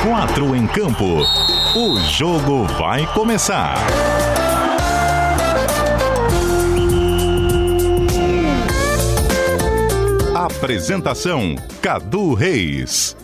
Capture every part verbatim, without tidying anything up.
Quatro em campo. O jogo vai começar. Apresentação: Cadu Reis.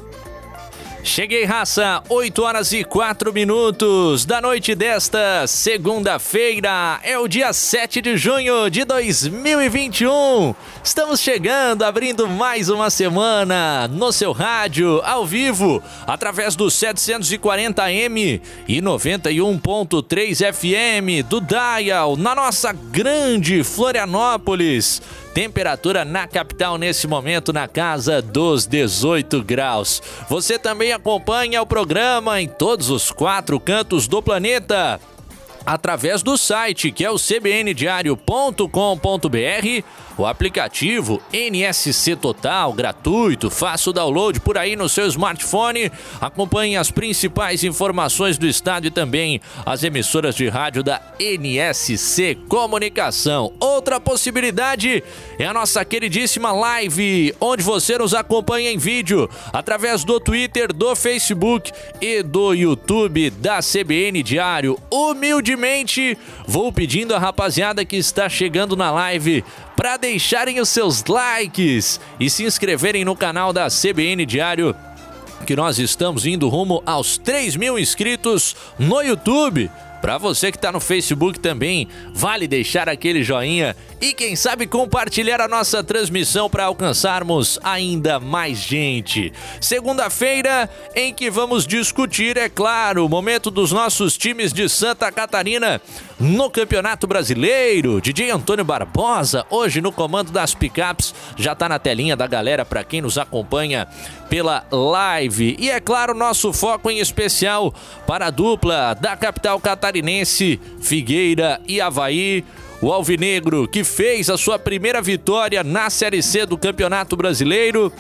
Cheguei, raça, oito horas e quatro minutos da noite desta segunda-feira. É o dia sete de junho de dois mil e vinte e um. Estamos chegando, abrindo mais uma semana no seu rádio, ao vivo, através do setecentos e quarenta A M e noventa e um ponto três F M do Dial, na nossa grande Florianópolis. Temperatura na capital nesse momento na casa dos dezoito graus. Você também acompanha o programa em todos os quatro cantos do planeta através do site, que é o c b n diário ponto com ponto b r, o aplicativo N S C Total, gratuito, faça o download por aí no seu smartphone, acompanhe as principais informações do estado e também as emissoras de rádio da N S C Comunicação. Outra possibilidade é a nossa queridíssima live, onde você nos acompanha em vídeo, através do Twitter, do Facebook e do YouTube da C B N Diário. Humildemente, vou pedindo a rapaziada que está chegando na live para deixarem os seus likes e se inscreverem no canal da C B N Diário, que nós estamos indo rumo aos três mil inscritos no YouTube. Para você que está no Facebook também, vale deixar aquele joinha e quem sabe compartilhar a nossa transmissão para alcançarmos ainda mais gente. Segunda-feira em que vamos discutir, é claro, o momento dos nossos times de Santa Catarina no Campeonato Brasileiro. D J Antônio Barbosa, hoje no comando das picapes, já está na telinha da galera para quem nos acompanha pela live. E é claro, nosso foco em especial para a dupla da capital catarinense, Figueira e Avaí. O alvinegro que fez a sua primeira vitória na Série C do Campeonato Brasileiro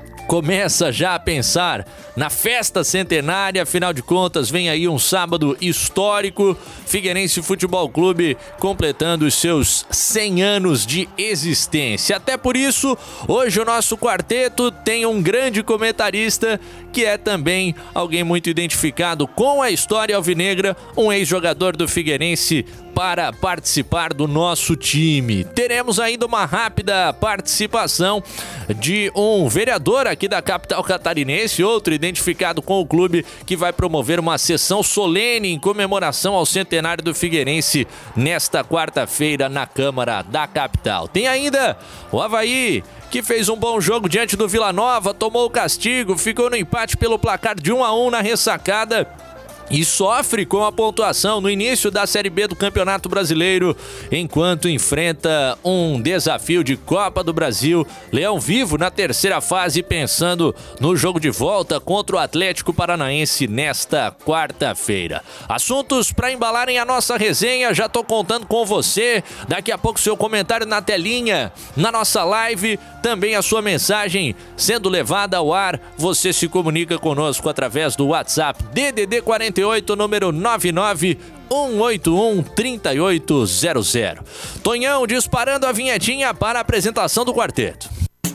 começa já a pensar na festa centenária. Afinal de contas, vem aí um sábado histórico, Figueirense Futebol Clube completando os seus cem anos de existência. Até por isso, hoje o nosso quarteto tem um grande comentarista que é também alguém muito identificado com a história alvinegra, um ex-jogador do Figueirense, para participar do nosso time. Teremos ainda uma rápida participação de um vereador aqui da capital catarinense, outro identificado com o clube, que vai promover uma sessão solene em comemoração ao centenário do Figueirense nesta quarta-feira na Câmara da capital. Tem ainda o Avaí, que fez um bom jogo diante do Vila Nova, tomou o castigo, ficou no empate pelo placar de um a um na ressacada e sofre com a pontuação no início da Série B do Campeonato Brasileiro, enquanto enfrenta um desafio de Copa do Brasil. Leão Vivo na terceira fase, pensando no jogo de volta contra o Atlético Paranaense nesta quarta-feira. Assuntos para embalarem a nossa resenha, já tô contando com você. Daqui a pouco seu comentário na telinha, na nossa live, também a sua mensagem sendo levada ao ar. Você se comunica conosco através do WhatsApp D D D quarenta e oito, número nove nove um oito um três oito zero zero. Tonhão disparando a vinhetinha para a apresentação do quarteto.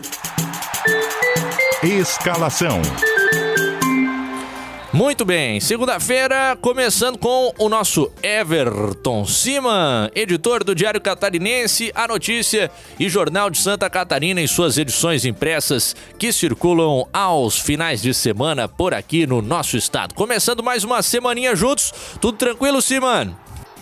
Escalação. Muito bem, segunda-feira, começando com o nosso Everton Siman, editor do Diário Catarinense, A Notícia e Jornal de Santa Catarina em suas edições impressas que circulam aos finais de semana por aqui no nosso estado. Começando mais uma semaninha juntos, tudo tranquilo, Siman?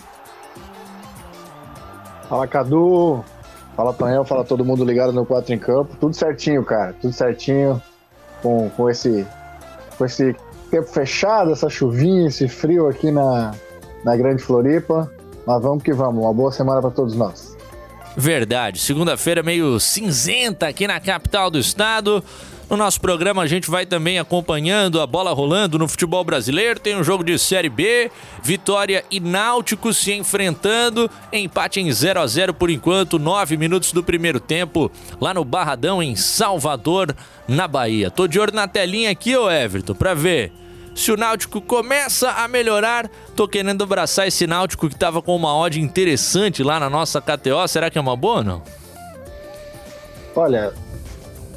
Fala, Cadu, fala, Tonhão, fala todo mundo ligado no quatro em campo, tudo certinho, cara, tudo certinho com, com esse... Com esse tempo fechado, essa chuvinha, esse frio aqui na, na Grande Floripa, mas vamos que vamos, uma boa semana para todos nós. Verdade, segunda-feira meio cinzenta aqui na capital do estado. No nosso programa a gente vai também acompanhando a bola rolando no futebol brasileiro. Tem um jogo de Série B, Vitória e Náutico se enfrentando, empate em zero a zero por enquanto, nove minutos do primeiro tempo, lá no Barradão, em Salvador, na Bahia. Tô de olho na telinha aqui, ô Everton, pra ver se o Náutico começa a melhorar. Tô querendo abraçar esse Náutico que tava com uma odd interessante lá na nossa K T O. Será que é uma boa ou não? Olha,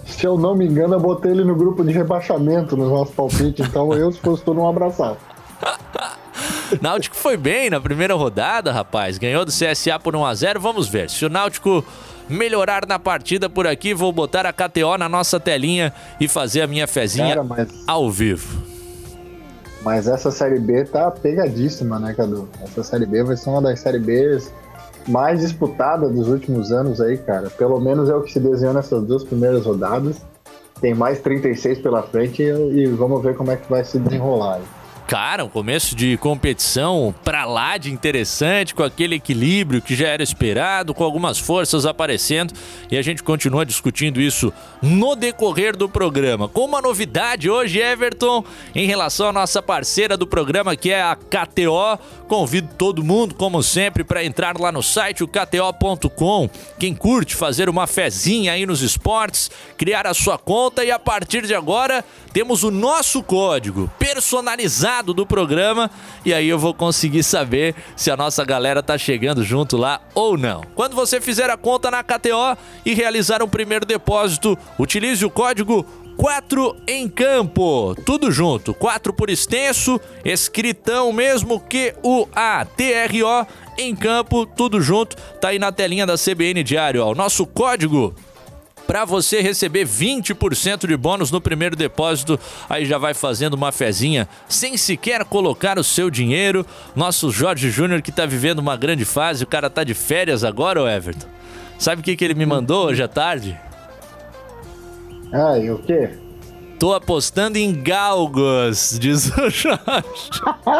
se eu não me engano, eu botei ele no grupo de rebaixamento no nosso palpite, então eu, se fosse todo, não abraçava. Náutico foi bem na primeira rodada, rapaz. Ganhou do C S A por um a zero. Vamos ver. Se o Náutico melhorar na partida por aqui, vou botar a K T O na nossa telinha e fazer a minha fezinha Cara, mas... ao vivo. Mas essa Série B tá pegadíssima, né, Cadu? Essa Série B vai ser uma das Série Bs mais disputadas dos últimos anos aí, cara. Pelo menos é o que se desenhou nessas duas primeiras rodadas. Tem mais trinta e seis pela frente e, e vamos ver como é que vai se desenrolar aí. Cara, um começo de competição pra lá de interessante, com aquele equilíbrio que já era esperado, com algumas forças aparecendo, e a gente continua discutindo isso no decorrer do programa. Com uma novidade hoje, Everton, em relação à nossa parceira do programa, que é a K T O. Convido todo mundo, como sempre, para entrar lá no site, o K T O ponto com. Quem curte fazer uma fezinha aí nos esportes, criar a sua conta, e a partir de agora temos o nosso código personalizado do programa, e aí eu vou conseguir saber se a nossa galera tá chegando junto lá ou não. Quando você fizer a conta na K T O e realizar um primeiro depósito, utilize o código quatro em campo, tudo junto, quatro por extenso, escritão mesmo, Q U A T R O, em campo, tudo junto, tá aí na telinha da C B N Diário, ó, o nosso código para você receber vinte por cento de bônus no primeiro depósito. Aí já vai fazendo uma fezinha sem sequer colocar o seu dinheiro. Nosso Jorge Júnior, que tá vivendo uma grande fase, o cara tá de férias agora, ô Everton. Sabe o que, que ele me mandou hoje à tarde? Ah, e o quê? Tô apostando em galgos, diz o Jorge.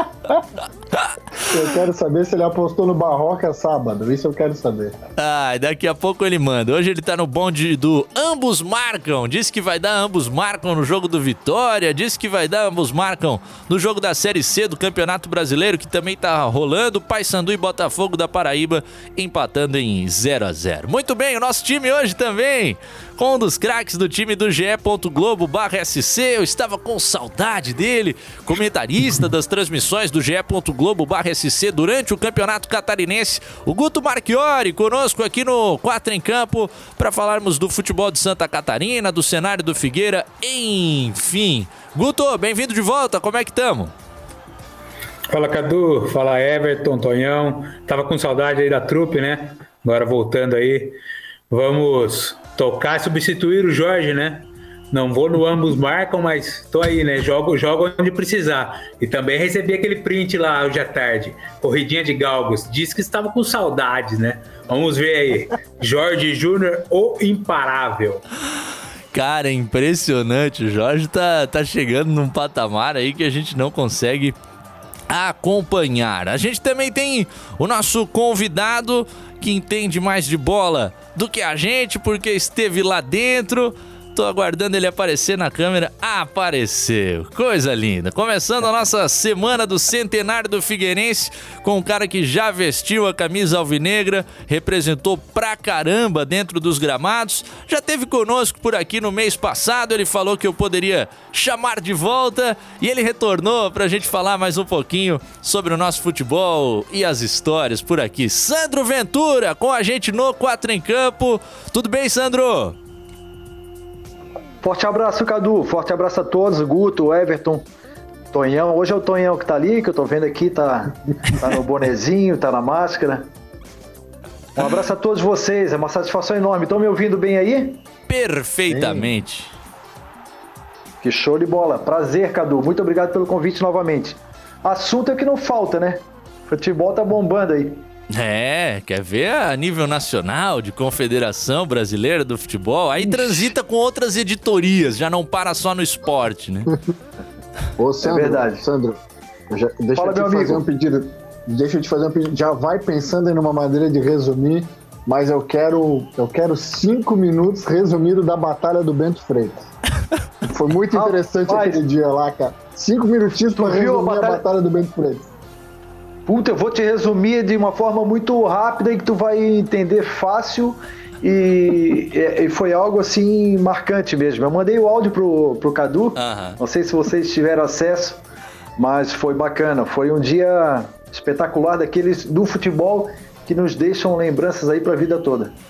Eu quero saber se ele apostou no Barroca sábado, isso eu quero saber. Ah, daqui a pouco ele manda. Hoje ele tá no bonde do Ambos Marcam. Disse que vai dar Ambos Marcam no jogo do Vitória. Disse que vai dar Ambos Marcam no jogo da Série C do Campeonato Brasileiro, que também tá rolando. Paysandu e Botafogo da Paraíba empatando em zero a zero. Muito bem, o nosso time hoje também, com um dos craques do time do G E Globo barra S C. Eu estava com saudade dele, comentarista das transmissões do G E Globo barra S C durante o Campeonato Catarinense, o Guto Marchiori, conosco aqui no quatro em Campo, para falarmos do futebol de Santa Catarina, do cenário do Figueira, enfim. Guto, bem-vindo de volta, como é que estamos? Fala, Cadu, fala Everton, Tonhão, tava com saudade aí da trupe, né? Agora voltando aí, vamos tocar e substituir o Jorge, né? Não vou no Ambos Marcam, mas tô aí, né? Jogo, jogo onde precisar. E também recebi aquele print lá hoje à tarde. Corridinha de galgos. Disse que estava com saudades, né? Vamos ver aí. Jorge Júnior, o imparável. Cara, é impressionante. O Jorge tá, tá chegando num patamar aí que a gente não consegue acompanhar. A gente também tem o nosso convidado, que entende mais de bola do que a gente, porque esteve lá dentro. Tô aguardando ele aparecer na câmera. Apareceu! Coisa linda! Começando a nossa semana do centenário do Figueirense com um cara que já vestiu a camisa alvinegra, representou pra caramba dentro dos gramados, já teve conosco por aqui no mês passado, ele falou que eu poderia chamar de volta e ele retornou pra gente falar mais um pouquinho sobre o nosso futebol e as histórias por aqui. Sandro Ventura com a gente no quatro em Campo. Tudo bem, Sandro? Forte abraço, Cadu. Forte abraço a todos. Guto, Everton, Tonhão. Hoje é o Tonhão que tá ali, que eu tô vendo aqui, tá, tá no bonezinho, tá na máscara. Um abraço a todos vocês. É uma satisfação enorme. Estão me ouvindo bem aí? Perfeitamente. Sim. Que show de bola. Prazer, Cadu. Muito obrigado pelo convite novamente. Assunto é que não falta, né? Futebol tá bombando aí. É, quer ver a nível nacional, de Confederação Brasileira do Futebol, aí transita com outras editorias, já não para só no esporte, né? Ô, Sandro, é verdade. Sandro, já, deixa Fala, eu te meu fazer amigo. um pedido. Deixa eu te fazer um pedido. Já vai pensando em uma maneira de resumir, mas eu quero, eu quero cinco minutos resumido da Batalha do Bento Freitas. Foi muito interessante ah, aquele dia lá, cara. Cinco minutinhos pra resumir a batalha... a Batalha do Bento Freitas. Puta, eu vou te resumir de uma forma muito rápida e que tu vai entender fácil e, e foi algo assim marcante mesmo. Eu mandei o áudio pro, pro Cadu, uhum. Não sei se vocês tiveram acesso, mas foi bacana. Foi um dia espetacular daqueles do futebol que nos deixam lembranças aí pra vida toda.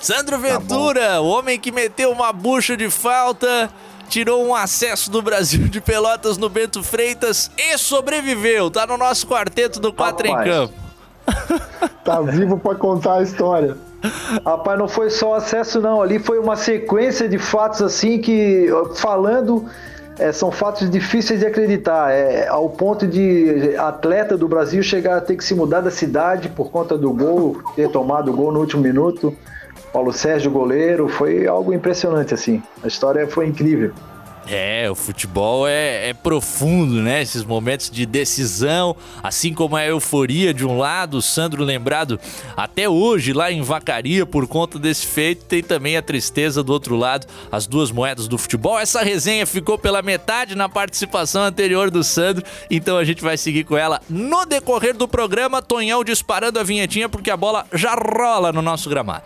Sandro Ventura, tá, o homem que meteu uma bucha de falta, tirou um acesso do Brasil de Pelotas no Bento Freitas e sobreviveu. Tá no nosso quarteto do Quatro em Campo. Tá vivo pra contar a história. Rapaz, não foi só acesso não, ali foi uma sequência de fatos assim que, falando, é, são fatos difíceis de acreditar, é, ao ponto de atleta do Brasil chegar a ter que se mudar da cidade por conta do gol, ter tomado o gol no último minuto. Paulo Sérgio, goleiro, foi algo impressionante assim, a história foi incrível. É, o futebol é, é profundo, né? Esses momentos de decisão, assim como a euforia de um lado, o Sandro lembrado até hoje lá em Vacaria por conta desse feito, tem também a tristeza do outro lado, as duas moedas do futebol. Essa resenha ficou pela metade na participação anterior do Sandro, então a gente vai seguir com ela no decorrer do programa. Tonhão disparando a vinhetinha porque a bola já rola no nosso gramado.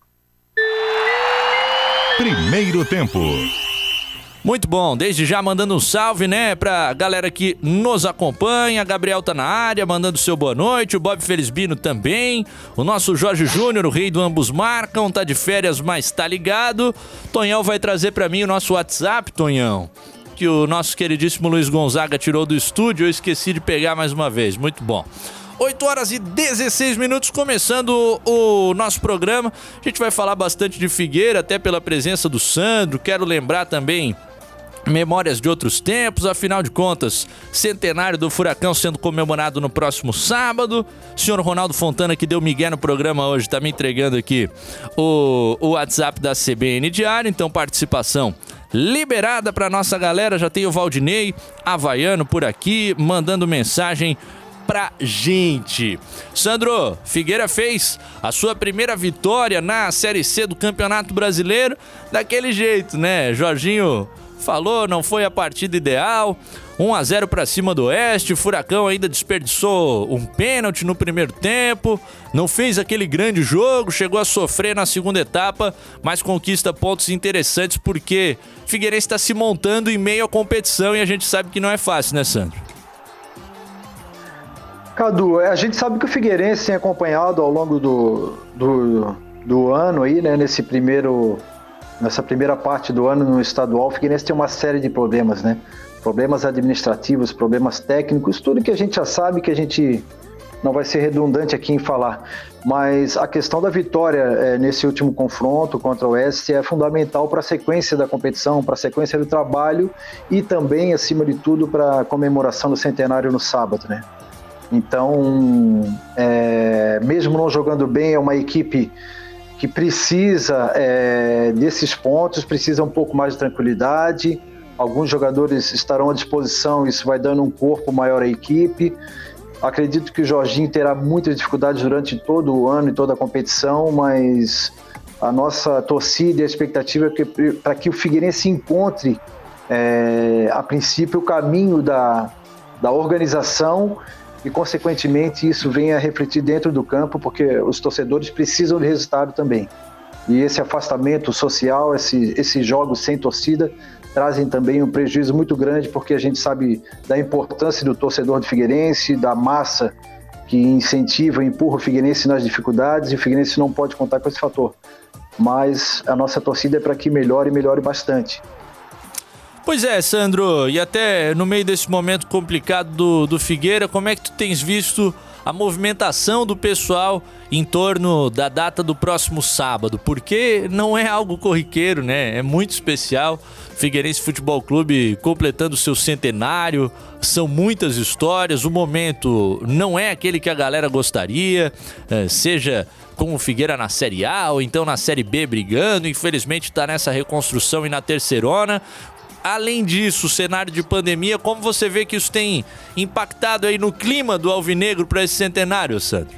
Primeiro tempo. Muito bom, desde já mandando um salve, né, pra galera que nos acompanha. Gabriel tá na área, mandando seu boa noite. O Bob Felisbino também. O nosso Jorge Júnior, o rei do Ambos Marcam, tá de férias, mas tá ligado. Tonhão vai trazer pra mim o nosso WhatsApp, Tonhão, que o nosso queridíssimo Luiz Gonzaga tirou do estúdio. Eu esqueci de pegar mais uma vez, muito bom. oito horas e dezesseis minutos, começando o nosso programa. A gente vai falar bastante de Figueira, até pela presença do Sandro. Quero lembrar também memórias de outros tempos, afinal de contas, centenário do Furacão sendo comemorado no próximo sábado. O senhor Ronaldo Fontana, que deu migué no programa hoje, está me entregando aqui o, o WhatsApp da C B N Diário, então participação liberada para nossa galera. Já tem o Valdinei Havaiano por aqui, mandando mensagem pra gente. Sandro, Figueira fez a sua primeira vitória na Série C do Campeonato Brasileiro daquele jeito, né? Jorginho falou, não foi a partida ideal, um a zero pra cima do Oeste. O Furacão ainda desperdiçou um pênalti no primeiro tempo, não fez aquele grande jogo, chegou a sofrer na segunda etapa, mas conquista pontos interessantes porque Figueirense está se montando em meio à competição e a gente sabe que não é fácil, né, Sandro? Cadu, a gente sabe que o Figueirense tem acompanhado ao longo do, do, do ano aí, né, nesse primeiro, nessa primeira parte do ano no estadual. O Figueirense tem uma série de problemas, né? Problemas administrativos, problemas técnicos, tudo que a gente já sabe, que a gente não vai ser redundante aqui em falar. Mas a questão da vitória é, nesse último confronto contra o Oeste é fundamental para a sequência da competição, para a sequência do trabalho e também, acima de tudo, para a comemoração do centenário no sábado, né? Então, é, mesmo não jogando bem, é uma equipe que precisa é, desses pontos, precisa um pouco mais de tranquilidade. Alguns jogadores estarão à disposição, isso vai dando um corpo maior à equipe. Acredito que o Jorginho terá muitas dificuldades durante todo o ano e toda a competição, mas a nossa torcida e a expectativa é que, para que o Figueirense encontre, é, a princípio, o caminho da, da organização e, consequentemente, isso venha a refletir dentro do campo, porque os torcedores precisam de resultado também. E esse afastamento social, esse, esses jogos sem torcida, trazem também um prejuízo muito grande, porque a gente sabe da importância do torcedor de Figueirense, da massa que incentiva e empurra o Figueirense nas dificuldades, e o Figueirense não pode contar com esse fator. Mas a nossa torcida é para que melhore e melhore bastante. Pois é, Sandro, e até no meio desse momento complicado do, do Figueira, como é que tu tens visto a movimentação do pessoal em torno da data do próximo sábado? Porque não é algo corriqueiro, né? É muito especial. Figueirense Futebol Clube completando seu centenário, são muitas histórias, o momento não é aquele que a galera gostaria, seja com o Figueira na Série A ou então na Série B brigando, infelizmente está nessa reconstrução e na terceirona. Além disso, o cenário de pandemia, como você vê que isso tem impactado aí no clima do Alvinegro para esse centenário, Sandro?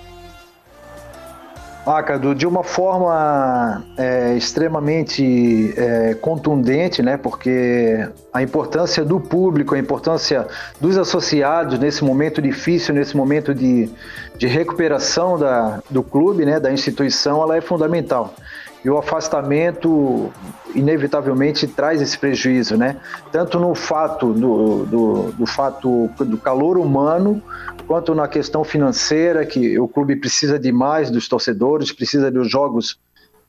Ah, Cadu, de uma forma é, extremamente é, contundente, né? Porque a importância do público, a importância dos associados nesse momento difícil, nesse momento de, de recuperação da, do clube, né? Da instituição, ela é fundamental. E o afastamento, inevitavelmente, traz esse prejuízo, né? Tanto no fato do, do, do fato do calor humano, quanto na questão financeira, que o clube precisa demais dos torcedores, precisa dos jogos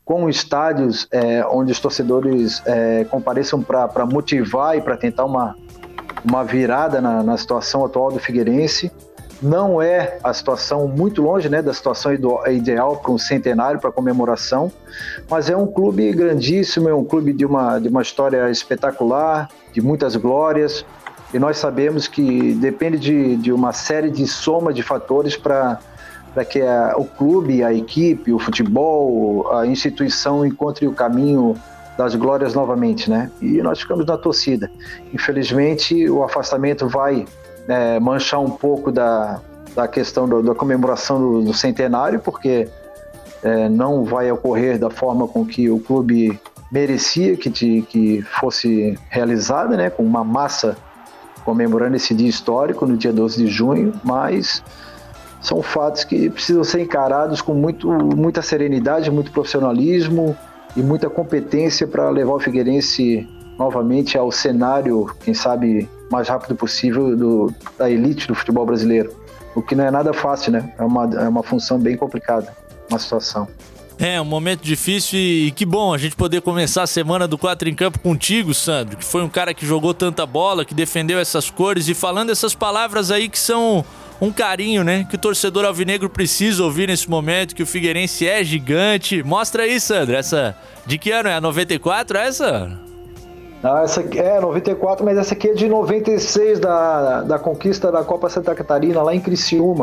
com estádios é, onde os torcedores é, compareçam para motivar e para tentar uma, uma virada na, na situação atual do Figueirense. Não é a situação muito longe, né, da situação ideal para um centenário, para comemoração, mas é um clube grandíssimo, é um clube de uma, de uma história espetacular, de muitas glórias, e nós sabemos que depende de, de uma série de soma de fatores para para que a, o clube, a equipe, o futebol, a instituição encontre o caminho das glórias novamente, né? E nós ficamos na torcida. Infelizmente, o afastamento vai é, manchar um pouco da, da questão do, da comemoração do, do centenário, porque é, não vai ocorrer da forma com que o clube merecia que, te, que fosse realizada, né? Com uma massa comemorando esse dia histórico no dia doze de junho, mas são fatos que precisam ser encarados com muito, muita serenidade, muito profissionalismo e muita competência para levar o Figueirense novamente ao cenário, quem sabe, mais rápido possível do, da elite do futebol brasileiro. O que não é nada fácil, né? É uma, é uma função bem complicada, uma situação. É, um momento difícil e que bom a gente poder começar a semana do quatro em Campo contigo, Sandro, que foi um cara que jogou tanta bola, que defendeu essas cores e falando essas palavras aí que são um carinho, né? Que o torcedor alvinegro precisa ouvir nesse momento, que o Figueirense é gigante. Mostra aí, Sandro, essa... De que ano é? A noventa e quatro essa? Ah, essa é noventa e quatro, mas essa aqui é de noventa e seis, da, da conquista da Copa Santa Catarina, lá em Criciúma.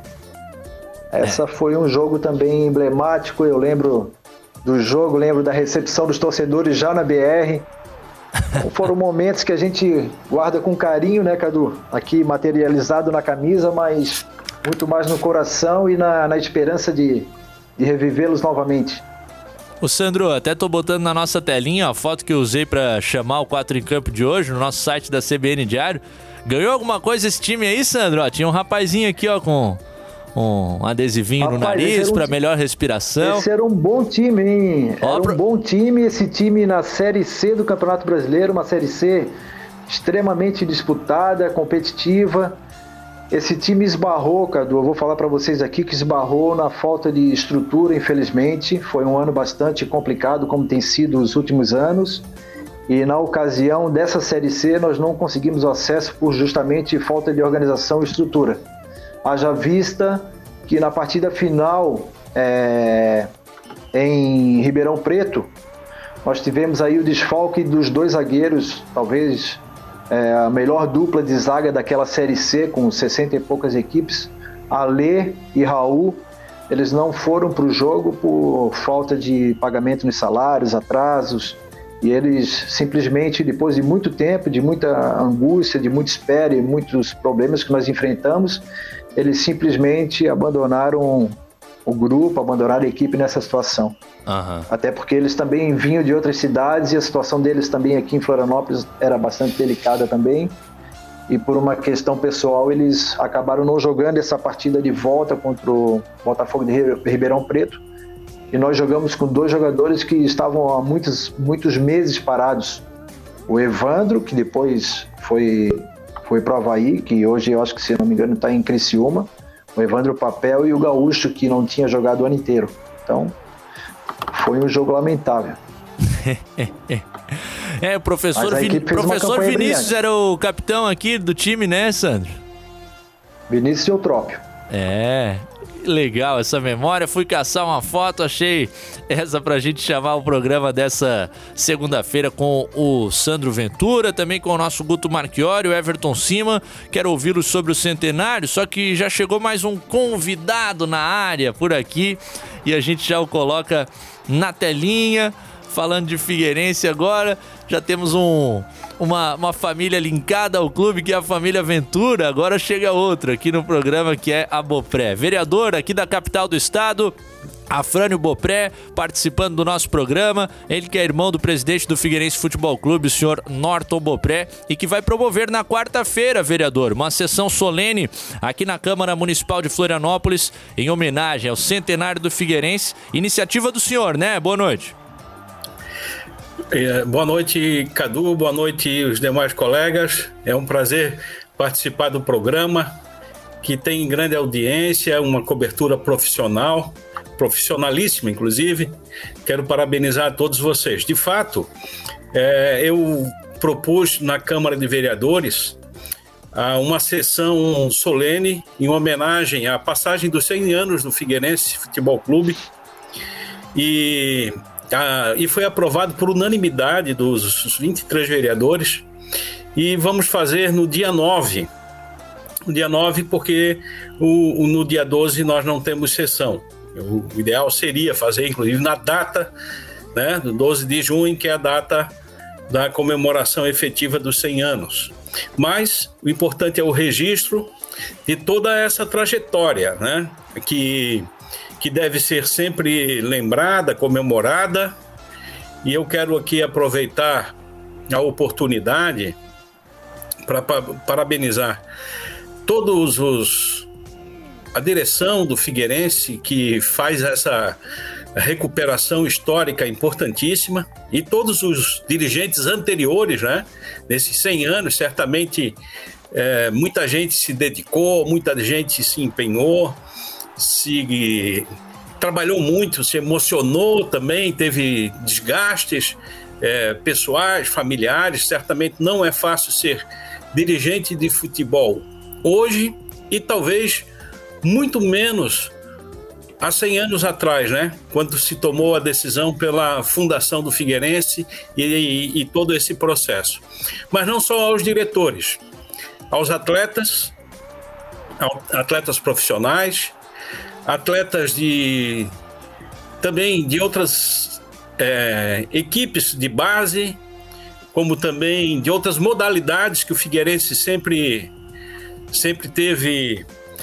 Essa é. Foi um jogo também emblemático, eu lembro do jogo, lembro da recepção dos torcedores já na B R. Foram momentos que a gente guarda com carinho, né, Cadu? Aqui materializado na camisa, mas muito mais no coração e na, na esperança de, de revivê-los novamente. Ô Sandro, até tô botando na nossa telinha a foto que eu usei pra chamar o quatro em Campo de hoje, no nosso site da C B N Diário. Ganhou alguma coisa esse time aí, Sandro? Ó, tinha um rapazinho aqui, ó, com um adesivinho Rapaz, no nariz um para melhor respiração. Esse era um bom time, hein? Era Ó, um pro... bom time, esse time na Série C do Campeonato Brasileiro, uma Série C extremamente disputada, competitiva. Esse time esbarrou, Cadu, eu vou falar para vocês aqui que esbarrou na falta de estrutura, infelizmente. Foi um ano bastante complicado, como tem sido os últimos anos. E na ocasião dessa Série C, nós não conseguimos acesso por justamente falta de organização e estrutura. Haja vista que na partida final é, em Ribeirão Preto, nós tivemos aí o desfalque dos dois zagueiros, talvez é, a melhor dupla de zaga daquela Série C, com sessenta e poucas equipes, Alê e Raul. Eles não foram para o jogo por falta de pagamento nos salários, atrasos, e eles simplesmente, depois de muito tempo, de muita angústia, de muita espera e muitos problemas que nós enfrentamos, eles simplesmente abandonaram o grupo, abandonaram a equipe nessa situação. Uhum. Até porque eles também vinham de outras cidades e a situação deles também aqui em Florianópolis era bastante delicada também. E por uma questão pessoal, eles acabaram não jogando essa partida de volta contra o Botafogo de Ribeirão Preto. E nós jogamos com dois jogadores que estavam há muitos, muitos meses parados. O Evandro, que depois foi, foi para o Avaí, que hoje eu acho que, se não me engano, está em Criciúma. O Evandro Papel e o Gaúcho, que não tinha jogado o ano inteiro. Então, foi um jogo lamentável. É, o professor, Vin... professor Vinícius brilhante. Era o capitão aqui do time, né, Sandro? Vinícius Eutrópio. É... Legal essa memória, fui caçar uma foto, achei essa pra gente chamar o programa dessa segunda-feira com o Sandro Ventura, também com o nosso Guto Marchiori, o Everton Cima. Quero ouvi-los sobre o centenário, só que já chegou mais um convidado na área por aqui e a gente já o coloca na telinha. Falando de Figueirense agora, já temos um, uma, uma família linkada ao clube, que é a família Ventura. Agora chega outra aqui no programa, que é a Bopré. Vereador aqui da capital do estado, Afrânio Bopré, participando do nosso programa. Ele que é irmão do presidente do Figueirense Futebol Clube, o senhor Norton Bopré, e que vai promover na quarta-feira, vereador, uma sessão solene aqui na Câmara Municipal de Florianópolis, em homenagem ao centenário do Figueirense. Iniciativa do senhor, né? Boa noite. É, boa noite, Cadu, boa noite os demais colegas. É um prazer participar do programa que tem grande audiência, uma cobertura profissional, profissionalíssima, inclusive. Quero parabenizar a todos vocês. De fato, é, eu propus na Câmara de Vereadores uma sessão solene em homenagem à passagem dos cem anos do Figueirense Futebol Clube e, a, e foi aprovado por unanimidade dos vinte e três vereadores e vamos fazer no dia nove, no dia nove porque o, o, no dia doze nós não temos sessão. O, o ideal seria fazer inclusive na data, né, do doze de junho, que é a data da comemoração efetiva dos cem anos. Mas o importante é o registro de toda essa trajetória, né? que, que deve ser sempre lembrada, comemorada. E eu quero aqui aproveitar a oportunidade para parabenizar todos os a direção do Figueirense, que faz essa recuperação histórica importantíssima, e todos os dirigentes anteriores, né, nesses cem anos, certamente é, muita gente se dedicou, muita gente se empenhou, se trabalhou muito, se emocionou também, teve desgastes é, pessoais, familiares. Certamente não é fácil ser dirigente de futebol hoje e talvez muito menos há cem anos atrás, né? Quando se tomou a decisão pela fundação do Figueirense e, e, e todo esse processo. Mas não só aos diretores, aos atletas, atletas profissionais, atletas de também de outras é, equipes de base, como também de outras modalidades que o Figueirense sempre, sempre teve...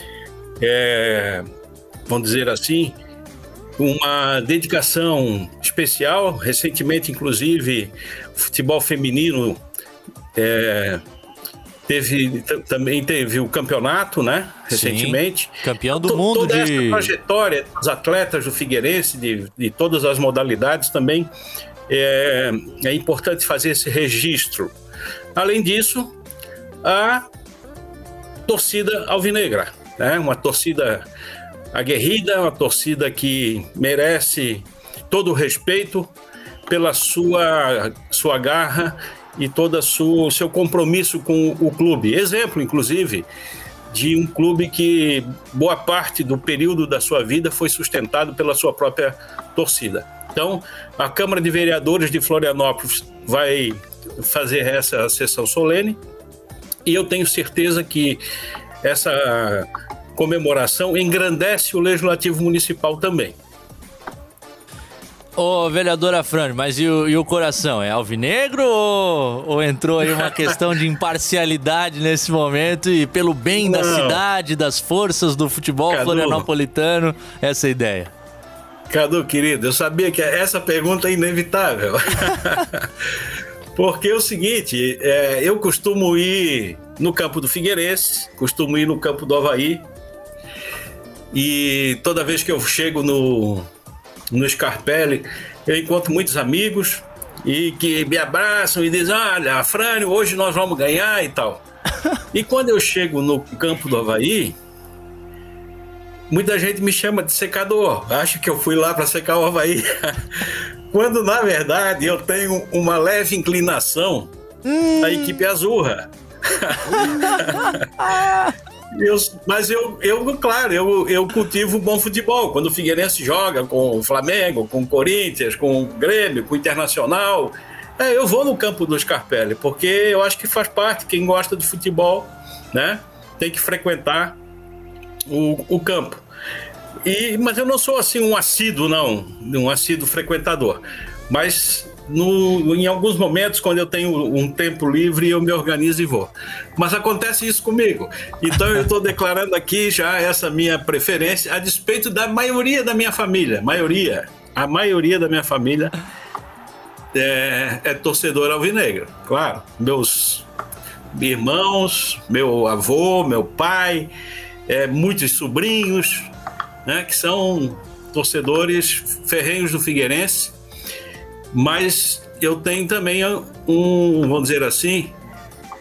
É, vamos dizer assim, uma dedicação especial. Recentemente, inclusive, o futebol feminino é, teve, também teve o campeonato, né? Recentemente. Sim, campeão do T- mundo. Toda de... essa trajetória dos atletas do Figueirense, de, de todas as modalidades também, é, é importante fazer esse registro. Além disso, a torcida alvinegra, né? Uma torcida aguerrida, uma torcida que merece todo o respeito pela sua, sua garra e todo o seu compromisso com o clube. Exemplo, inclusive, de um clube que boa parte do período da sua vida foi sustentado pela sua própria torcida. Então, a Câmara de Vereadores de Florianópolis vai fazer essa sessão solene e eu tenho certeza que essa comemoração engrandece o Legislativo Municipal também. Ô, vereadora Fran, mas e o, e o coração? É alvinegro ou, ou entrou aí uma questão de imparcialidade nesse momento e pelo bem Não. da cidade, das forças do futebol Cadu, florianopolitano, essa é a ideia? Cadu, querido, eu sabia que essa pergunta é inevitável. Porque é o seguinte, é, eu costumo ir no campo do Figueirense, costumo ir no campo do Avaí, e toda vez que eu chego no, no Scarpelli, eu encontro muitos amigos e que me abraçam e dizem: olha, Frânio, hoje nós vamos ganhar e tal. E quando eu chego no campo do Avaí, muita gente me chama de secador, acha que eu fui lá para secar o Avaí. Quando, na verdade, eu tenho uma leve inclinação hum. à equipe azurra. eu, mas eu, eu, claro, eu, eu cultivo bom futebol. Quando o Figueirense joga com o Flamengo, com o Corinthians, com o Grêmio, com o Internacional, é, eu vou no campo do Scarpelli, porque eu acho que faz parte. Quem gosta de futebol, né, tem que frequentar o, o campo. E, mas eu não sou assim um assíduo, não, um assíduo frequentador. Mas no, em alguns momentos, quando eu tenho um tempo livre, eu me organizo e vou. Mas acontece isso comigo. Então eu estou declarando aqui já essa minha preferência, a despeito da maioria da minha família. Maioria, a maioria da minha família é, é torcedor alvinegro. Claro, meus irmãos, meu avô, meu pai, é, muitos sobrinhos, né, que são torcedores ferrenhos do Figueirense, mas eu tenho também um, vamos dizer assim,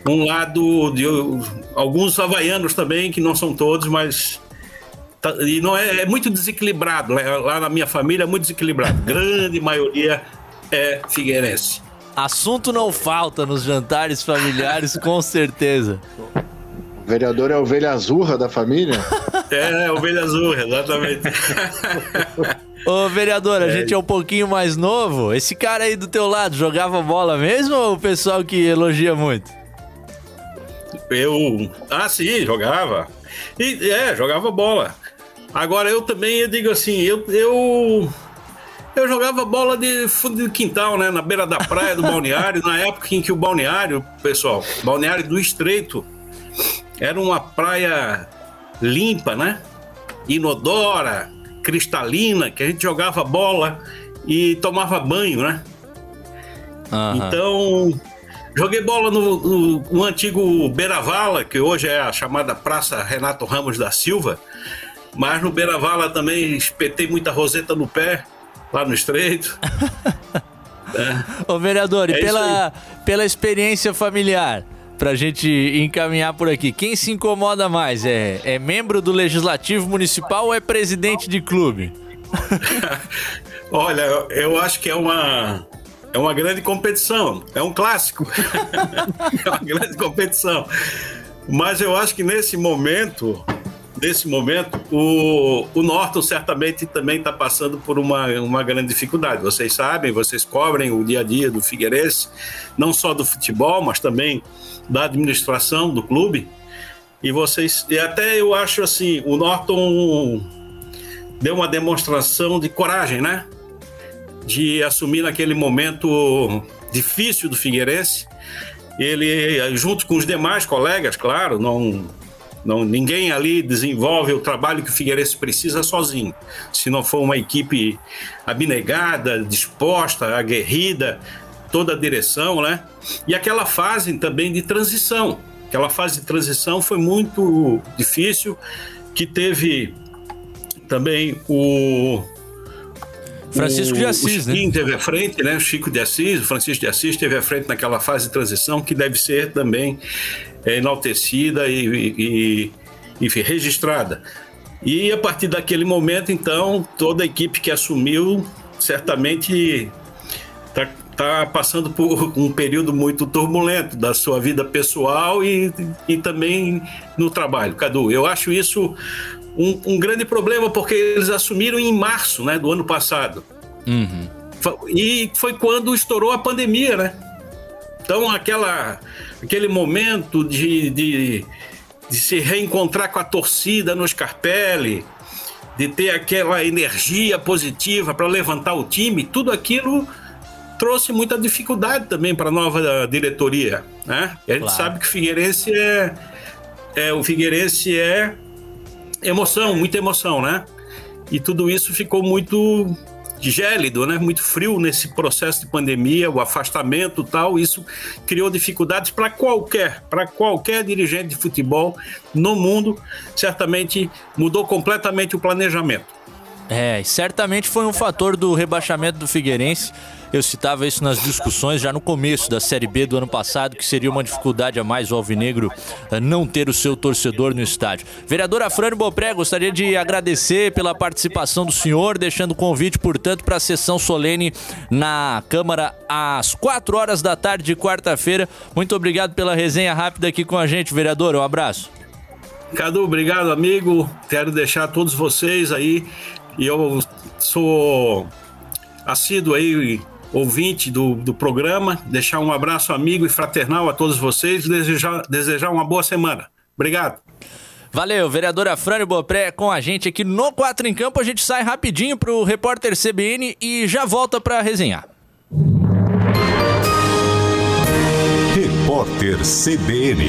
um lado de alguns havaianos também, que não são todos, mas tá, e não é, é muito desequilibrado, né? Lá na minha família é muito desequilibrado, grande maioria é figueirense. Assunto não falta nos jantares familiares, com certeza. O vereador é a ovelha azurra da família? É, ovelha azurra, exatamente. Ô, vereador, a é. gente é um pouquinho mais novo. Esse cara aí do teu lado jogava bola mesmo ou o pessoal que elogia muito? Eu... Ah, sim, jogava. E, é, jogava bola. Agora, eu também, eu digo assim, eu... eu... Eu jogava bola de fundo de quintal, né? Na beira da praia do balneário, na época em que o balneário, pessoal, balneário do Estreito, era uma praia limpa, né? Inodora, cristalina, que a gente jogava bola e tomava banho, né? Uhum. Então, joguei bola no, no, no antigo Beira-Vala, que hoje é a chamada Praça Renato Ramos da Silva, mas no Beira-Vala também espetei muita roseta no pé, lá no Estreito. É. Ô, vereador, é e pela, pela experiência familiar, pra gente encaminhar por aqui, quem se incomoda mais? É, é membro do Legislativo Municipal ou é presidente de clube? Olha, eu acho que é uma, é uma grande competição, é um clássico. É uma grande competição. Mas eu acho que nesse momento... Nesse momento, o, o Norton certamente também está passando por uma, uma grande dificuldade. Vocês sabem, vocês cobrem o dia a dia do Figueirense, não só do futebol, mas também da administração do clube. E vocês, e até eu acho assim, o Norton deu uma demonstração de coragem, né? De assumir naquele momento difícil do Figueirense. Ele, junto com os demais colegas, claro, não... Não, ninguém ali desenvolve o trabalho que o Figueirense precisa sozinho. Se não for uma equipe abnegada, disposta, aguerrida, toda a direção, né? E aquela fase também de transição. Aquela fase de transição foi muito difícil, que teve também o... Francisco de Assis, o né? Teve à frente, né? O Chico de Assis, o Francisco de Assis teve à frente naquela fase de transição, que deve ser também é, enaltecida e, e, e, e registrada. E a partir daquele momento, então, toda a equipe que assumiu certamente está tá passando por um período muito turbulento da sua vida pessoal e, e também no trabalho. Cadu, eu acho isso um, um grande problema, porque eles assumiram em março, né, do ano passado. Uhum. E foi quando estourou a pandemia, né? Então, aquela, aquele momento de, de, de se reencontrar com a torcida no Scarpelli, de ter aquela energia positiva para levantar o time, tudo aquilo trouxe muita dificuldade também para a nova diretoria, né? E a gente claro. sabe que o Figueirense é, é, o Figueirense é emoção, muita emoção, né? E tudo isso ficou muito gélido, né? Muito frio nesse processo de pandemia, o afastamento e tal, isso criou dificuldades para qualquer, para qualquer dirigente de futebol no mundo, certamente mudou completamente o planejamento. É, certamente foi um fator do rebaixamento do Figueirense. Eu citava isso nas discussões já no começo da Série B do ano passado, que seria uma dificuldade a mais o alvinegro não ter o seu torcedor no estádio. Vereador Afrânio Beaupré, gostaria de agradecer pela participação do senhor, deixando o convite, portanto, para a sessão solene na Câmara às quatro horas da tarde de quarta-feira. Muito obrigado pela resenha rápida aqui com a gente, vereador. Um abraço. Cadu, obrigado, amigo. Quero deixar todos vocês aí, e eu sou assíduo aí, ouvinte do, do programa, deixar um abraço amigo e fraternal a todos vocês, desejar, desejar uma boa semana. Obrigado. Valeu, vereador Afrânio Beaupré com a gente aqui no quatro em Campo. A gente sai rapidinho pro repórter C B N e já volta para resenhar. Repórter C B N.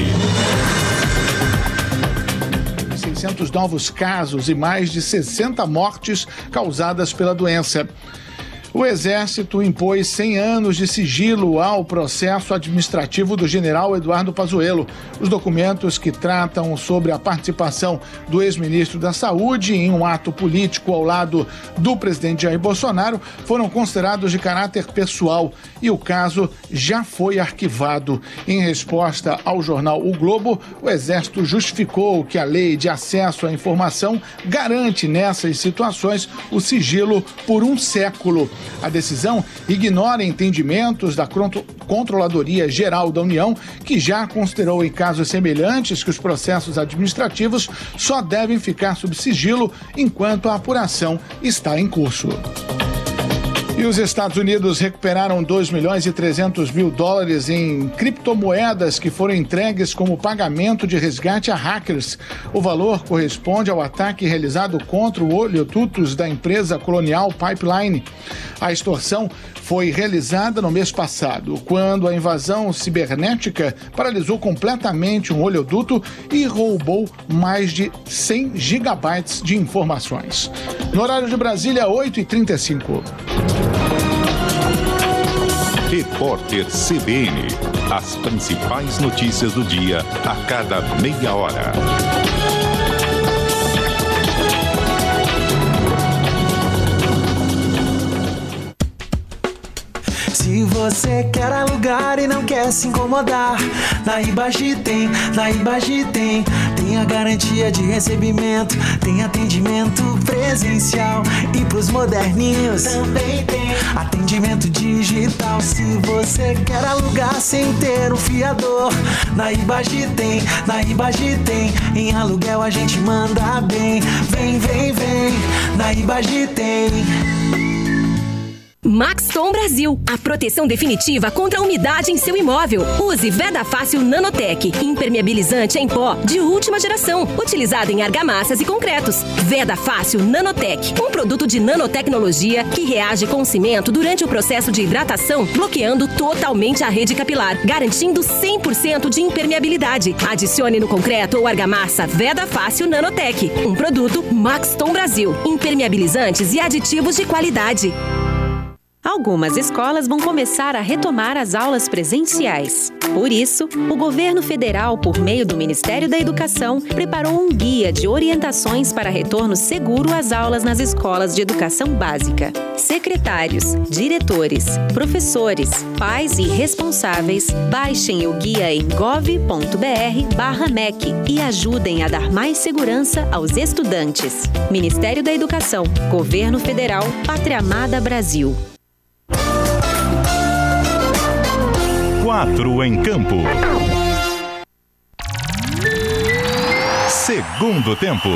seiscentos novos casos e mais de sessenta mortes causadas pela doença. O Exército impôs cem anos de sigilo ao processo administrativo do general Eduardo Pazuello. Os documentos que tratam sobre a participação do ex-ministro da Saúde em um ato político ao lado do presidente Jair Bolsonaro foram considerados de caráter pessoal e o caso já foi arquivado. Em resposta ao jornal O Globo, o Exército justificou que a lei de acesso à informação garante nessas situações o sigilo por um século. A decisão ignora entendimentos da Controladoria Geral da União, que já considerou em casos semelhantes que os processos administrativos só devem ficar sob sigilo enquanto a apuração está em curso. E os Estados Unidos recuperaram dois milhões e trezentos mil dólares em criptomoedas que foram entregues como pagamento de resgate a hackers. O valor corresponde ao ataque realizado contra o oleodutos da empresa Colonial Pipeline. A extorsão foi realizada no mês passado, quando a invasão cibernética paralisou completamente um oleoduto e roubou mais de cem gigabytes de informações. No horário de Brasília, oito e trinta e cinco. Repórter C B N. As principais notícias do dia a cada meia hora. Se você quer alugar e não quer se incomodar, na Ibagi tem, na Ibagi tem. Tem a garantia de recebimento, tem atendimento presencial. E pros moderninhos também tem atendimento digital. Se você quer alugar sem ter um fiador, na Ibagi tem, na Ibagi tem. Em aluguel a gente manda bem. Vem, vem, vem, na Ibagi tem. Maxton Brasil, a proteção definitiva contra a umidade em seu imóvel. Use Veda Fácil Nanotec, impermeabilizante em pó de última geração, utilizado em argamassas e concretos. Veda Fácil Nanotec, um produto de nanotecnologia que reage com o cimento durante o processo de hidratação, bloqueando totalmente a rede capilar, garantindo cem por cento de impermeabilidade. Adicione no concreto ou argamassa Veda Fácil Nanotec, um produto Maxton Brasil, impermeabilizantes e aditivos de qualidade. Algumas escolas vão começar a retomar as aulas presenciais. Por isso, o governo federal, por meio do Ministério da Educação, preparou um guia de orientações para retorno seguro às aulas nas escolas de educação básica. Secretários, diretores, professores, pais e responsáveis, baixem o guia em gov ponto br barra M E C e ajudem a dar mais segurança aos estudantes. Ministério da Educação, Governo Federal, Pátria Amada Brasil. Quatro em campo. Segundo tempo.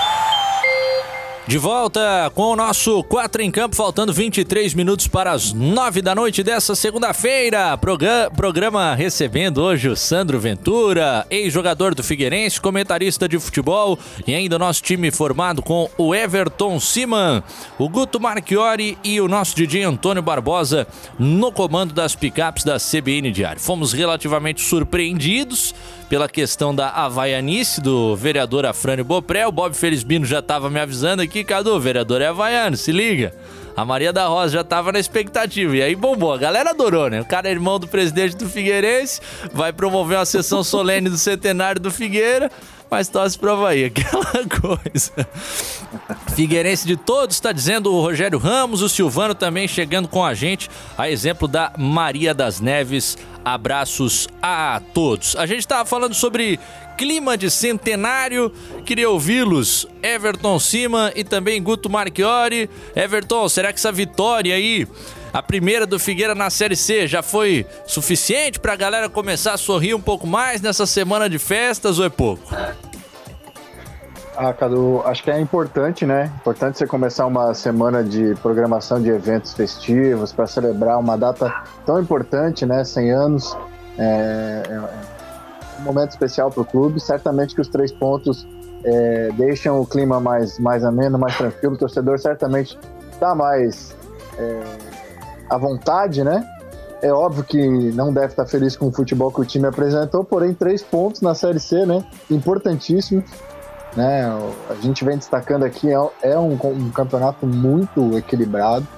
De volta com o nosso quatro em campo, faltando vinte e três minutos para as nove da noite dessa segunda-feira. Progra- programa recebendo hoje o Sandro Ventura, ex-jogador do Figueirense, comentarista de futebol, e ainda o nosso time formado com o Everton Siman, o Guto Marchiori e o nosso D J Antônio Barbosa no comando das picapes da C B N Diário. Fomos relativamente surpreendidos pela questão da havaianice do vereador Afrânio Bopré. O Bob Felizbino já estava me avisando aqui, Cadu, o vereador é havaiano, se liga. A Maria da Rosa já estava na expectativa, e aí bombou, a galera adorou, né? O cara é irmão do presidente do Figueirense, vai promover uma sessão solene do centenário do Figueira, mas torce pro Avaí, aquela coisa. Figueirense de todos, está dizendo o Rogério Ramos, o Silvano também chegando com a gente, a exemplo da Maria das Neves. Abraços a todos. A gente estava falando sobre clima de centenário, queria ouvi-los, Everton Siman e também Guto Marchiori. Everton, será que essa vitória aí, a primeira do Figueira na Série C, já foi suficiente para a galera começar a sorrir um pouco mais nessa semana de festas ou é pouco? Ah, Cadu, acho que é importante, né? Importante você começar uma semana de programação de eventos festivos para celebrar uma data tão importante, né? cem anos. É, é um momento especial para o clube. Certamente que os três pontos é, deixam o clima mais, mais ameno, mais tranquilo. O torcedor certamente está mais é, à vontade, né? É óbvio que não deve estar feliz com o futebol que o time apresentou, porém três pontos na Série C, né? Importantíssimo. Né, a gente vem destacando aqui, é, é um, um campeonato muito equilibrado,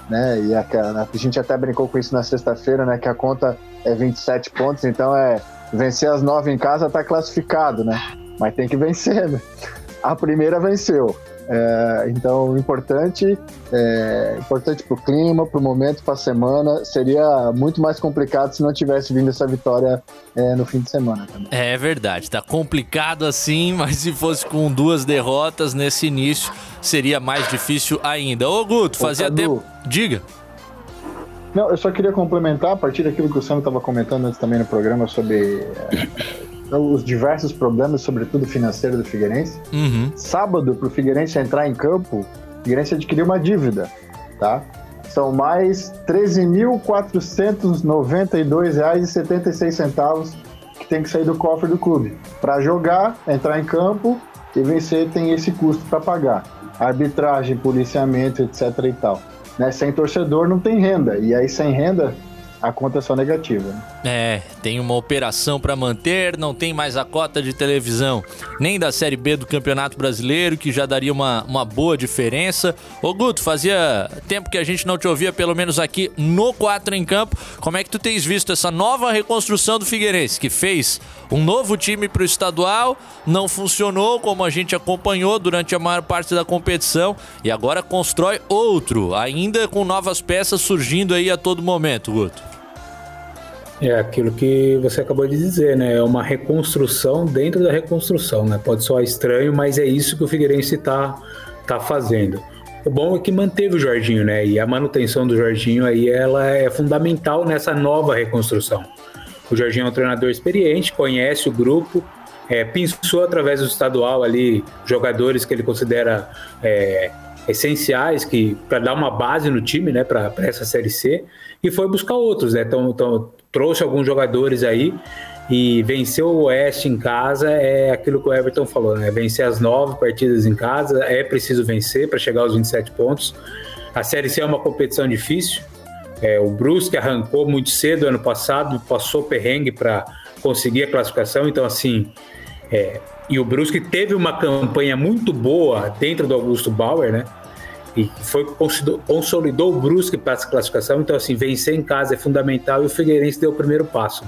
né? E a, a gente até brincou com isso na sexta-feira, né? Que a conta é vinte e sete pontos, então é vencer as nove em casa tá classificado, né? Mas tem que vencer, né? A primeira venceu. É, então, importante, é, importante pro clima, pro momento, pra semana. Seria muito mais complicado se não tivesse vindo essa vitória é, no fim de semana também. É verdade, tá complicado assim, mas se fosse com duas derrotas nesse início, seria mais difícil ainda. Ô Guto, fazia Ô, tempo... Diga. Não, eu só queria complementar, a partir daquilo que o Sam estava comentando antes também no programa, sobre é, os diversos problemas, sobretudo financeiro do Figueirense. Uhum. Sábado, para o Figueirense entrar em campo, o Figueirense adquiriu uma dívida, tá? São mais treze mil quatrocentos e noventa e dois reais e setenta e seis centavos que tem que sair do cofre do clube. Para jogar, entrar em campo e vencer, tem esse custo para pagar. Arbitragem, policiamento, etc e tal. Né? Sem torcedor não tem renda, e aí sem renda a conta é só negativa. Né? É, tem uma operação para manter, não tem mais a cota de televisão, nem da Série B do Campeonato Brasileiro, que já daria uma, uma boa diferença. Ô Guto, fazia tempo que a gente não te ouvia, pelo menos aqui no quatro em Campo. Como é que tu tens visto essa nova reconstrução do Figueirense, que fez um novo time pro estadual, não funcionou como a gente acompanhou durante a maior parte da competição, e agora constrói outro, ainda com novas peças surgindo aí a todo momento, Guto? É aquilo que você acabou de dizer, né? É uma reconstrução dentro da reconstrução, né? Pode soar estranho, mas é isso que o Figueirense tá, tá fazendo. O bom é que manteve o Jorginho, né? E a manutenção do Jorginho aí, ela é fundamental nessa nova reconstrução. O Jorginho é um treinador experiente, conhece o grupo, é, pensou através do estadual ali jogadores que ele considera é, essenciais para dar uma base no time, né? Para essa Série C, e foi buscar outros, né? Então, então trouxe alguns jogadores aí e venceu o Oeste em casa. É aquilo que o Everton falou, né? Vencer as nove partidas em casa, é preciso vencer para chegar aos vinte e sete pontos. A Série C é uma competição difícil. É, o Brusque arrancou muito cedo ano passado, passou perrengue para conseguir a classificação, então assim, é, e o Brusque teve uma campanha muito boa dentro do Augusto Bauer, né? E foi, consolidou o Brusque para essa classificação, então assim, vencer em casa é fundamental, e o Figueirense deu o primeiro passo.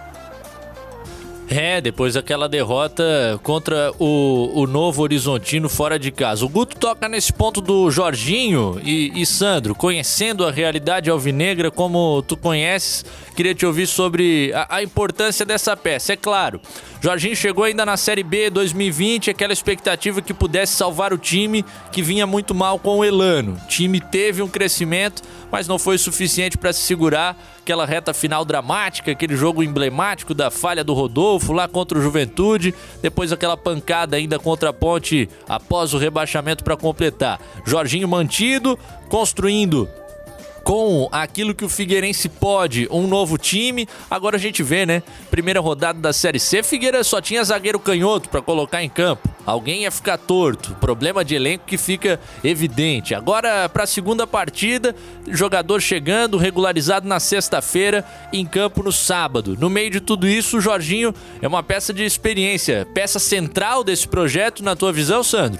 É, depois daquela derrota contra o, o Novo Horizontino fora de casa. O Guto toca nesse ponto do Jorginho e, e Sandro, conhecendo a realidade alvinegra como tu conheces, queria te ouvir sobre a, a importância dessa peça. É claro, Jorginho chegou ainda na Série B dois mil e vinte, aquela expectativa que pudesse salvar o time que vinha muito mal com o Elano. O time teve um crescimento, mas não foi suficiente para se segurar. Aquela reta final dramática, aquele jogo emblemático da falha do Rodolfo lá contra o Juventude, depois aquela pancada ainda contra a Ponte após o rebaixamento para completar. Jorginho mantido, construindo com aquilo que o Figueirense pode, um novo time. Agora a gente vê, né? Primeira rodada da Série C, Figueira só tinha zagueiro canhoto para colocar em campo. Alguém ia ficar torto. Problema de elenco que fica evidente. Agora, para a segunda partida, jogador chegando, regularizado na sexta-feira, em campo no sábado. No meio de tudo isso, o Jorginho é uma peça de experiência, peça central desse projeto, na tua visão, Sandro?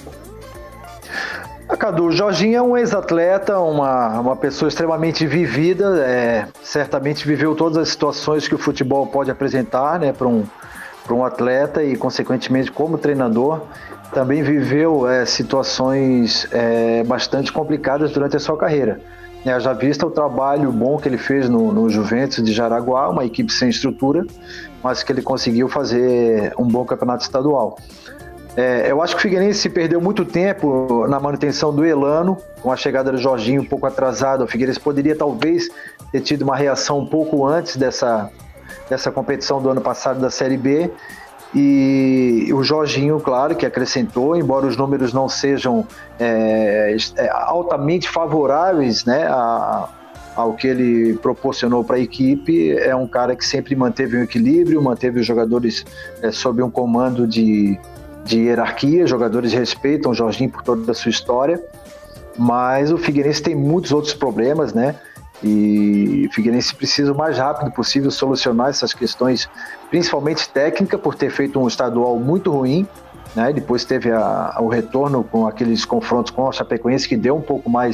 Ah, Cadu, o Jorginho é um ex-atleta, uma, uma pessoa extremamente vivida, é, certamente viveu todas as situações que o futebol pode apresentar, né, para um, para um atleta, e consequentemente como treinador também viveu é, situações é, bastante complicadas durante a sua carreira. É, já vista o trabalho bom que ele fez no, no Juventus de Jaraguá, uma equipe sem estrutura, mas que ele conseguiu fazer um bom campeonato estadual. É, eu acho que o Figueirense se perdeu muito tempo na manutenção do Elano, com a chegada do Jorginho um pouco atrasada. O Figueirense poderia talvez ter tido uma reação um pouco antes dessa, dessa competição do ano passado da Série B, e o Jorginho, claro, que acrescentou, embora os números não sejam é, altamente favoráveis, né, a, ao que ele proporcionou para a equipe. É um cara que sempre manteve um equilíbrio, manteve os jogadores é, sob um comando de de hierarquia, jogadores respeitam o Jorginho por toda a sua história, mas o Figueirense tem muitos outros problemas, né? E o Figueirense precisa o mais rápido possível solucionar essas questões, principalmente técnica, por ter feito um estadual muito ruim, né? Depois teve a, o retorno com aqueles confrontos com a Chapecoense, que deu um pouco mais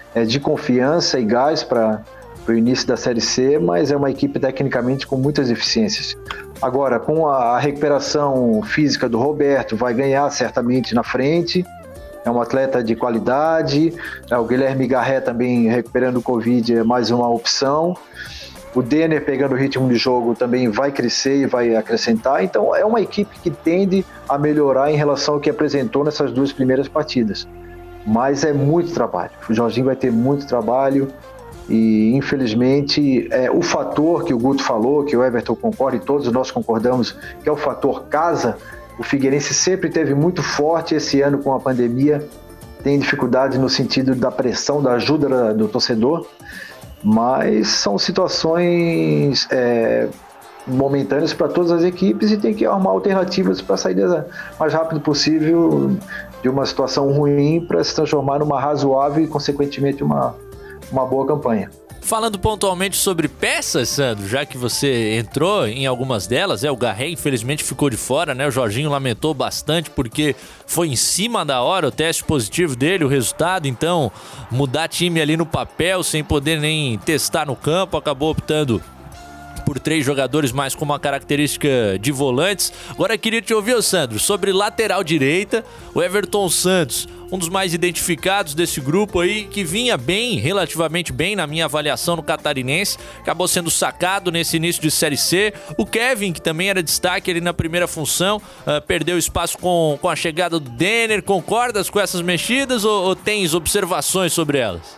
é, de confiança e gás para o início da Série C, mas é uma equipe tecnicamente com muitas deficiências. Agora, com a recuperação física do Roberto, vai ganhar certamente na frente, é um atleta de qualidade, é, o Guilherme Garré também recuperando o Covid é mais uma opção, o Denner pegando o ritmo de jogo também vai crescer e vai acrescentar, então é uma equipe que tende a melhorar em relação ao que apresentou nessas duas primeiras partidas, mas é muito trabalho, o Jorginho vai ter muito trabalho. E, infelizmente, é, o fator que o Guto falou, que o Everton concorda e todos nós concordamos, que é o fator casa, o Figueirense sempre teve muito forte esse ano com a pandemia, tem dificuldade no sentido da pressão, da ajuda do torcedor, mas são situações é, momentâneas para todas as equipes e tem que arrumar alternativas para sair o mais rápido possível de uma situação ruim para se transformar numa razoável e, consequentemente, uma uma boa campanha. Falando pontualmente sobre peças, Sandro, já que você entrou em algumas delas, é, o Garré infelizmente ficou de fora, né? O Jorginho lamentou bastante porque foi em cima da hora o teste positivo dele, o resultado, então mudar time ali no papel sem poder nem testar no campo, acabou optando por três jogadores mais com uma característica de volantes. Agora eu queria te ouvir, Sandro, sobre lateral direita, o Everton Santos, um dos mais identificados desse grupo aí, que vinha bem, relativamente bem na minha avaliação no Catarinense, acabou sendo sacado nesse início de Série C. O Kevin, que também era destaque ali na primeira função, uh, perdeu espaço com, com a chegada do Denner. Concordas com essas mexidas ou, ou tens observações sobre elas?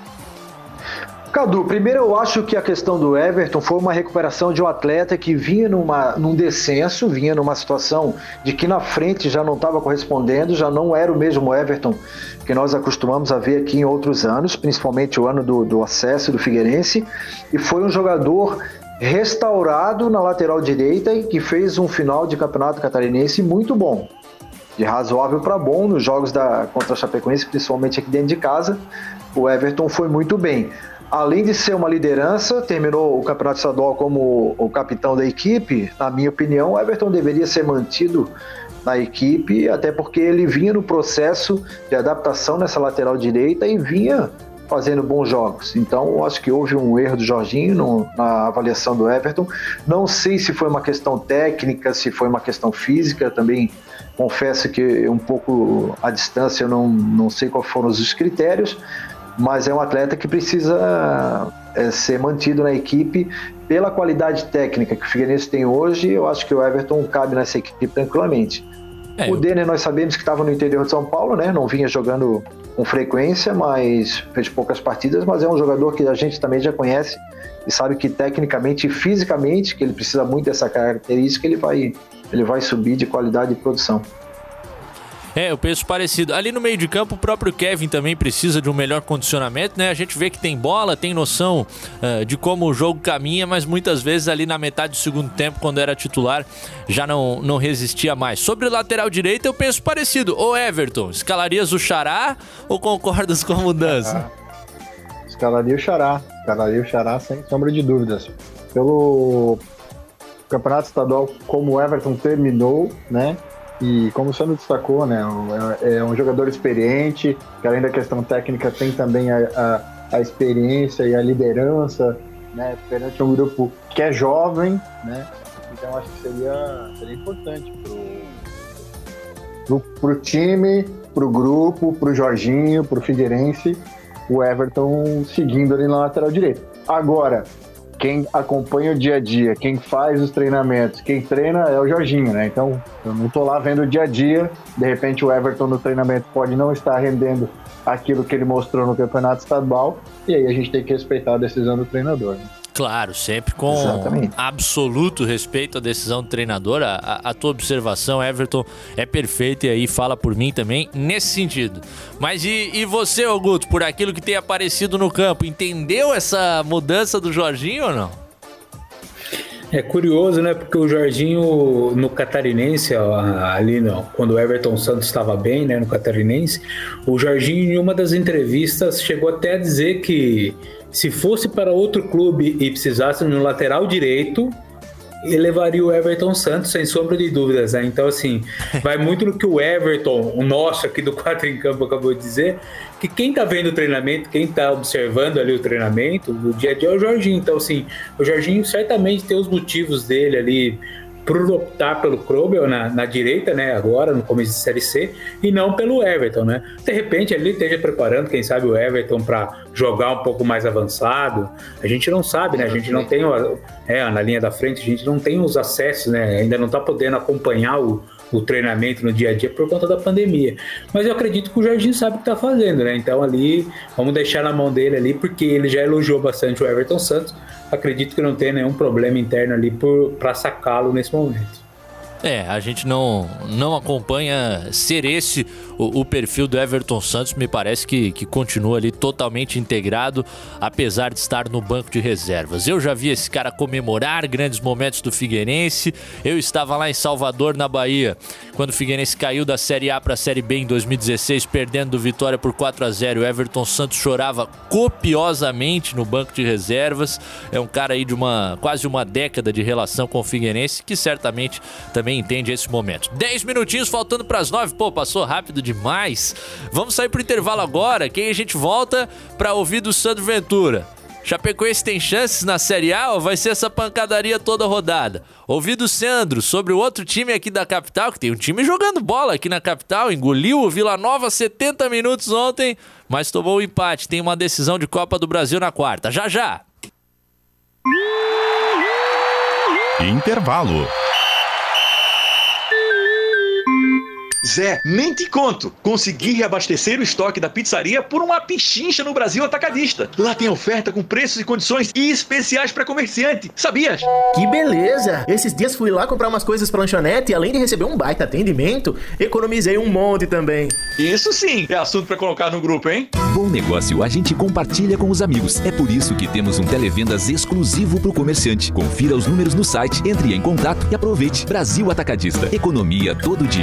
Cadu, primeiro eu acho que a questão do Everton foi uma recuperação de um atleta que vinha numa, num descenso, vinha numa situação de que na frente já não estava correspondendo, já não era o mesmo Everton que nós acostumamos a ver aqui em outros anos, principalmente o ano do, do acesso do Figueirense, e foi um jogador restaurado na lateral direita e que fez um final de campeonato catarinense muito bom, de razoável para bom nos jogos da, contra a Chapecoense, principalmente aqui dentro de casa. O Everton foi muito bem. Além de ser uma liderança, terminou o campeonato estadual como o capitão da equipe. Na minha opinião, o Everton deveria ser mantido na equipe, até porque ele vinha no processo de adaptação nessa lateral direita e vinha fazendo bons jogos. Então, eu acho que houve um erro do Jorginho no, na avaliação do Everton. Não sei se foi uma questão técnica, se foi uma questão física, também confesso que um pouco à distância eu não, não sei quais foram os critérios, mas é um atleta que precisa é, ser mantido na equipe pela qualidade técnica que o Figueirense tem hoje. Eu acho que o Everton cabe nessa equipe tranquilamente. É, o Denner nós sabemos que estava no interior de São Paulo, né? Não vinha jogando com frequência, mas fez poucas partidas, mas é um jogador que a gente também já conhece e sabe que tecnicamente e fisicamente, que ele precisa muito dessa característica, ele vai, ele vai subir de qualidade de produção. É, eu penso parecido. Ali no meio de campo, o próprio Kevin também precisa de um melhor condicionamento, né? A gente vê que tem bola, tem noção uh, de como o jogo caminha, mas muitas vezes ali na metade do segundo tempo, quando era titular, já não, não resistia mais. Sobre o lateral direito, eu penso parecido. Ô Everton, escalarias o Xará ou concordas com a mudança? Ah, escalaria o Xará. Escalaria o Xará sem sombra de dúvidas. Pelo campeonato estadual, como o Everton terminou, né? E como o Sandro destacou, né, é um jogador experiente, que além da questão técnica tem também a, a, a experiência e a liderança, né, perante um grupo que é jovem, né, então acho que seria, seria importante pro, pro, pro time, pro grupo, pro Jorginho, pro Figueirense, o Everton seguindo ali na lateral direita. Agora, quem acompanha o dia a dia, quem faz os treinamentos, quem treina é o Jorginho, né? Então, eu não tô lá vendo o dia a dia, de repente o Everton no treinamento pode não estar rendendo aquilo que ele mostrou no campeonato estadual, e aí a gente tem que respeitar a decisão do treinador, né? Claro, sempre com Exatamente. absoluto respeito à decisão do treinador. A, a, a tua observação, Everton, é perfeita e aí fala por mim também nesse sentido. Mas e, e você, Augusto, por aquilo que tem aparecido no campo, entendeu essa mudança do Jorginho ou não? É curioso, né? Porque o Jorginho no Catarinense, ali não, quando o Everton Santos estava bem, né, no Catarinense, o Jorginho em uma das entrevistas chegou até a dizer que se fosse para outro clube e precisasse no lateral direito, elevaria o Everton Santos, sem sombra de dúvidas, né? Então, assim, vai muito no que o Everton, o nosso aqui do quatro em Campo, acabou de dizer, que quem tá vendo o treinamento, quem tá observando ali o treinamento, o dia a dia é o Jorginho. Então, assim, o Jorginho certamente tem os motivos dele ali por optar pelo Krobel na, na direita, né, agora, no começo de Série C, e não pelo Everton, né? De repente, ele esteja preparando, quem sabe, o Everton para jogar um pouco mais avançado. A gente não sabe, né? A gente não tem, é, na linha da frente, a gente não tem os acessos, né? Ainda não está podendo acompanhar o, o treinamento no dia a dia por conta da pandemia. Mas eu acredito que o Jorginho sabe o que está fazendo, né? Então, ali, vamos deixar na mão dele ali, porque ele já elogiou bastante o Everton Santos. Acredito que não tem nenhum problema interno ali para sacá-lo nesse momento. É, a gente não, não acompanha ser esse o, o perfil do Everton Santos. Me parece que, que continua ali totalmente integrado, apesar de estar no banco de reservas. Eu já vi esse cara comemorar grandes momentos do Figueirense. Eu estava lá em Salvador, na Bahia, quando o Figueirense caiu da Série A para a Série B em dois mil e dezesseis, perdendo do Vitória por quatro a zero. O Everton Santos chorava copiosamente no banco de reservas. É um cara aí de uma quase uma década de relação com o Figueirense, que certamente também entende esse momento. dez minutinhos faltando para as nove. Pô, passou rápido demais. Vamos sair pro intervalo agora, que aí a gente volta para ouvir do Sandro Ventura. Chapecoense tem chances na Série A ou vai ser essa pancadaria toda rodada? Ouvi do Sandro sobre o outro time aqui da capital, que tem um time jogando bola aqui na capital, engoliu o Vila Nova setenta minutos ontem, mas tomou o empate. Tem uma decisão de Copa do Brasil na quarta. Já, já! Intervalo. Zé, nem te conto. Consegui reabastecer o estoque da pizzaria por uma pichincha no Brasil Atacadista. Lá tem oferta com preços e condições especiais para comerciante. Sabias? Que beleza! Esses dias fui lá comprar umas coisas pra lanchonete e além de receber um baita atendimento, economizei um monte também. Isso sim, é assunto para colocar no grupo, hein? Bom negócio a gente compartilha com os amigos. É por isso que temos um televendas exclusivo pro comerciante. Confira os números no site, entre em contato e aproveite. Brasil Atacadista. Economia todo dia.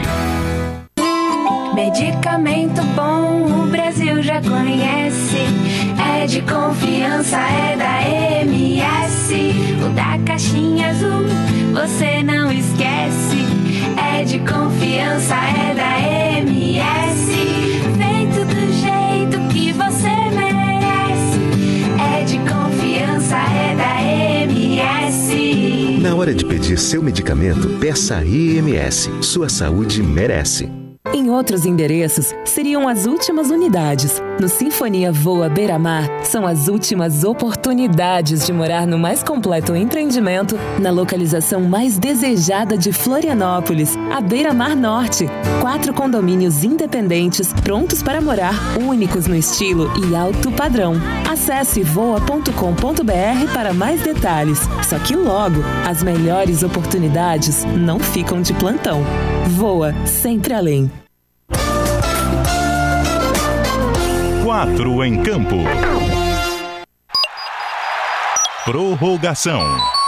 Medicamento bom, o Brasil já conhece. É de confiança, é da M S. O da caixinha azul, você não esquece. É de confiança, é da M S. Feito do jeito que você merece. É de confiança, é da M S. Na hora de pedir seu medicamento, peça a I M S. Sua saúde merece. Em outros endereços, seriam as últimas unidades. No Sinfonia Voa Beira-Mar, são as últimas oportunidades de morar no mais completo empreendimento, na localização mais desejada de Florianópolis, a Beira-Mar Norte. Quatro condomínios independentes, prontos para morar, únicos no estilo e alto padrão. Acesse voa ponto com ponto b r para mais detalhes. Só que logo, as melhores oportunidades não ficam de plantão. Voa sempre além. Quatro em campo. Prorrogação.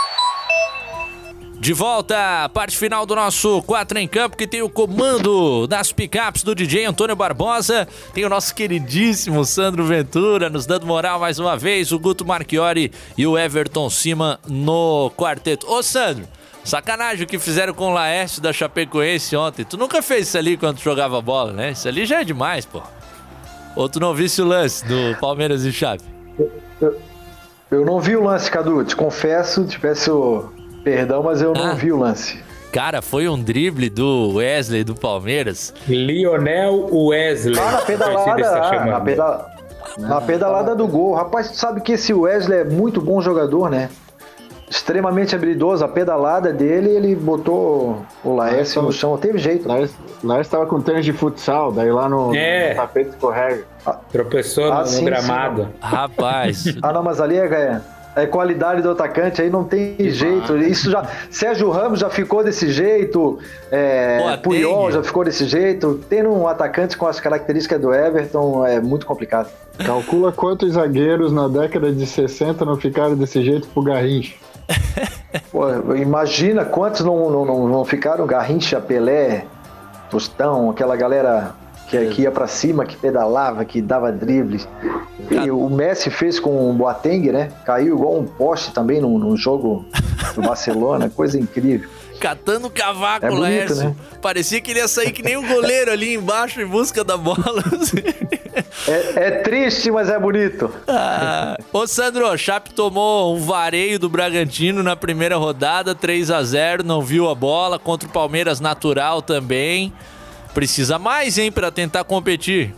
De volta, parte final do nosso quatro em campo, que tem o comando das picapes do D J Antônio Barbosa, tem o nosso queridíssimo Sandro Ventura nos dando moral mais uma vez, o Guto Marchiori e o Everton Cima no quarteto. Ô Sandro, sacanagem o que fizeram com o Laércio da Chapecoense ontem. Tu nunca fez isso ali quando jogava bola, né? Isso ali já é demais, pô. Ou tu não visse o lance do Palmeiras e Chape? Eu, eu não vi o lance, Cadu. Te confesso, te peço perdão, mas eu não ah, vi o lance. Cara, foi um drible do Wesley do Palmeiras. Lionel Wesley. Ah, na pedalada, ah, na, pedala, na pedalada do gol. Rapaz, tu sabe que esse Wesley é muito bom jogador, né? Extremamente habilidoso, a pedalada dele, ele botou o Laércio no chão, teve jeito. Laércio estava com tênis de futsal, daí lá no, é. no tapete escorrega. Ah, tropeçou ah, no, sim, gramado. Sim. Rapaz. Ah, não, mas ali é, é qualidade do atacante, aí não tem que jeito. Ah. Isso já, Sérgio Ramos já ficou desse jeito, é, Puyol já ficou desse jeito. Tendo um atacante com as características do Everton é muito complicado. Calcula quantos zagueiros na década de sessenta não ficaram desse jeito pro Garrincha. Pô, imagina quantos não, não, não, não ficaram Garrincha, Pelé, Tostão, aquela galera que, que ia pra cima, que pedalava, que dava dribles. E o Messi fez com o Boateng, né? Caiu igual um poste também num, num jogo do Barcelona, coisa incrível. Catando cavaco, É bonito, Laércio. né? Parecia que ele ia sair que nem um goleiro ali embaixo em busca da bola. É, é triste, mas é bonito. Ah. Ô, Sandro, a Chape tomou um vareio do Bragantino na primeira rodada, três a zero, não viu a bola. Contra o Palmeiras, natural também. Precisa mais, hein, pra tentar competir.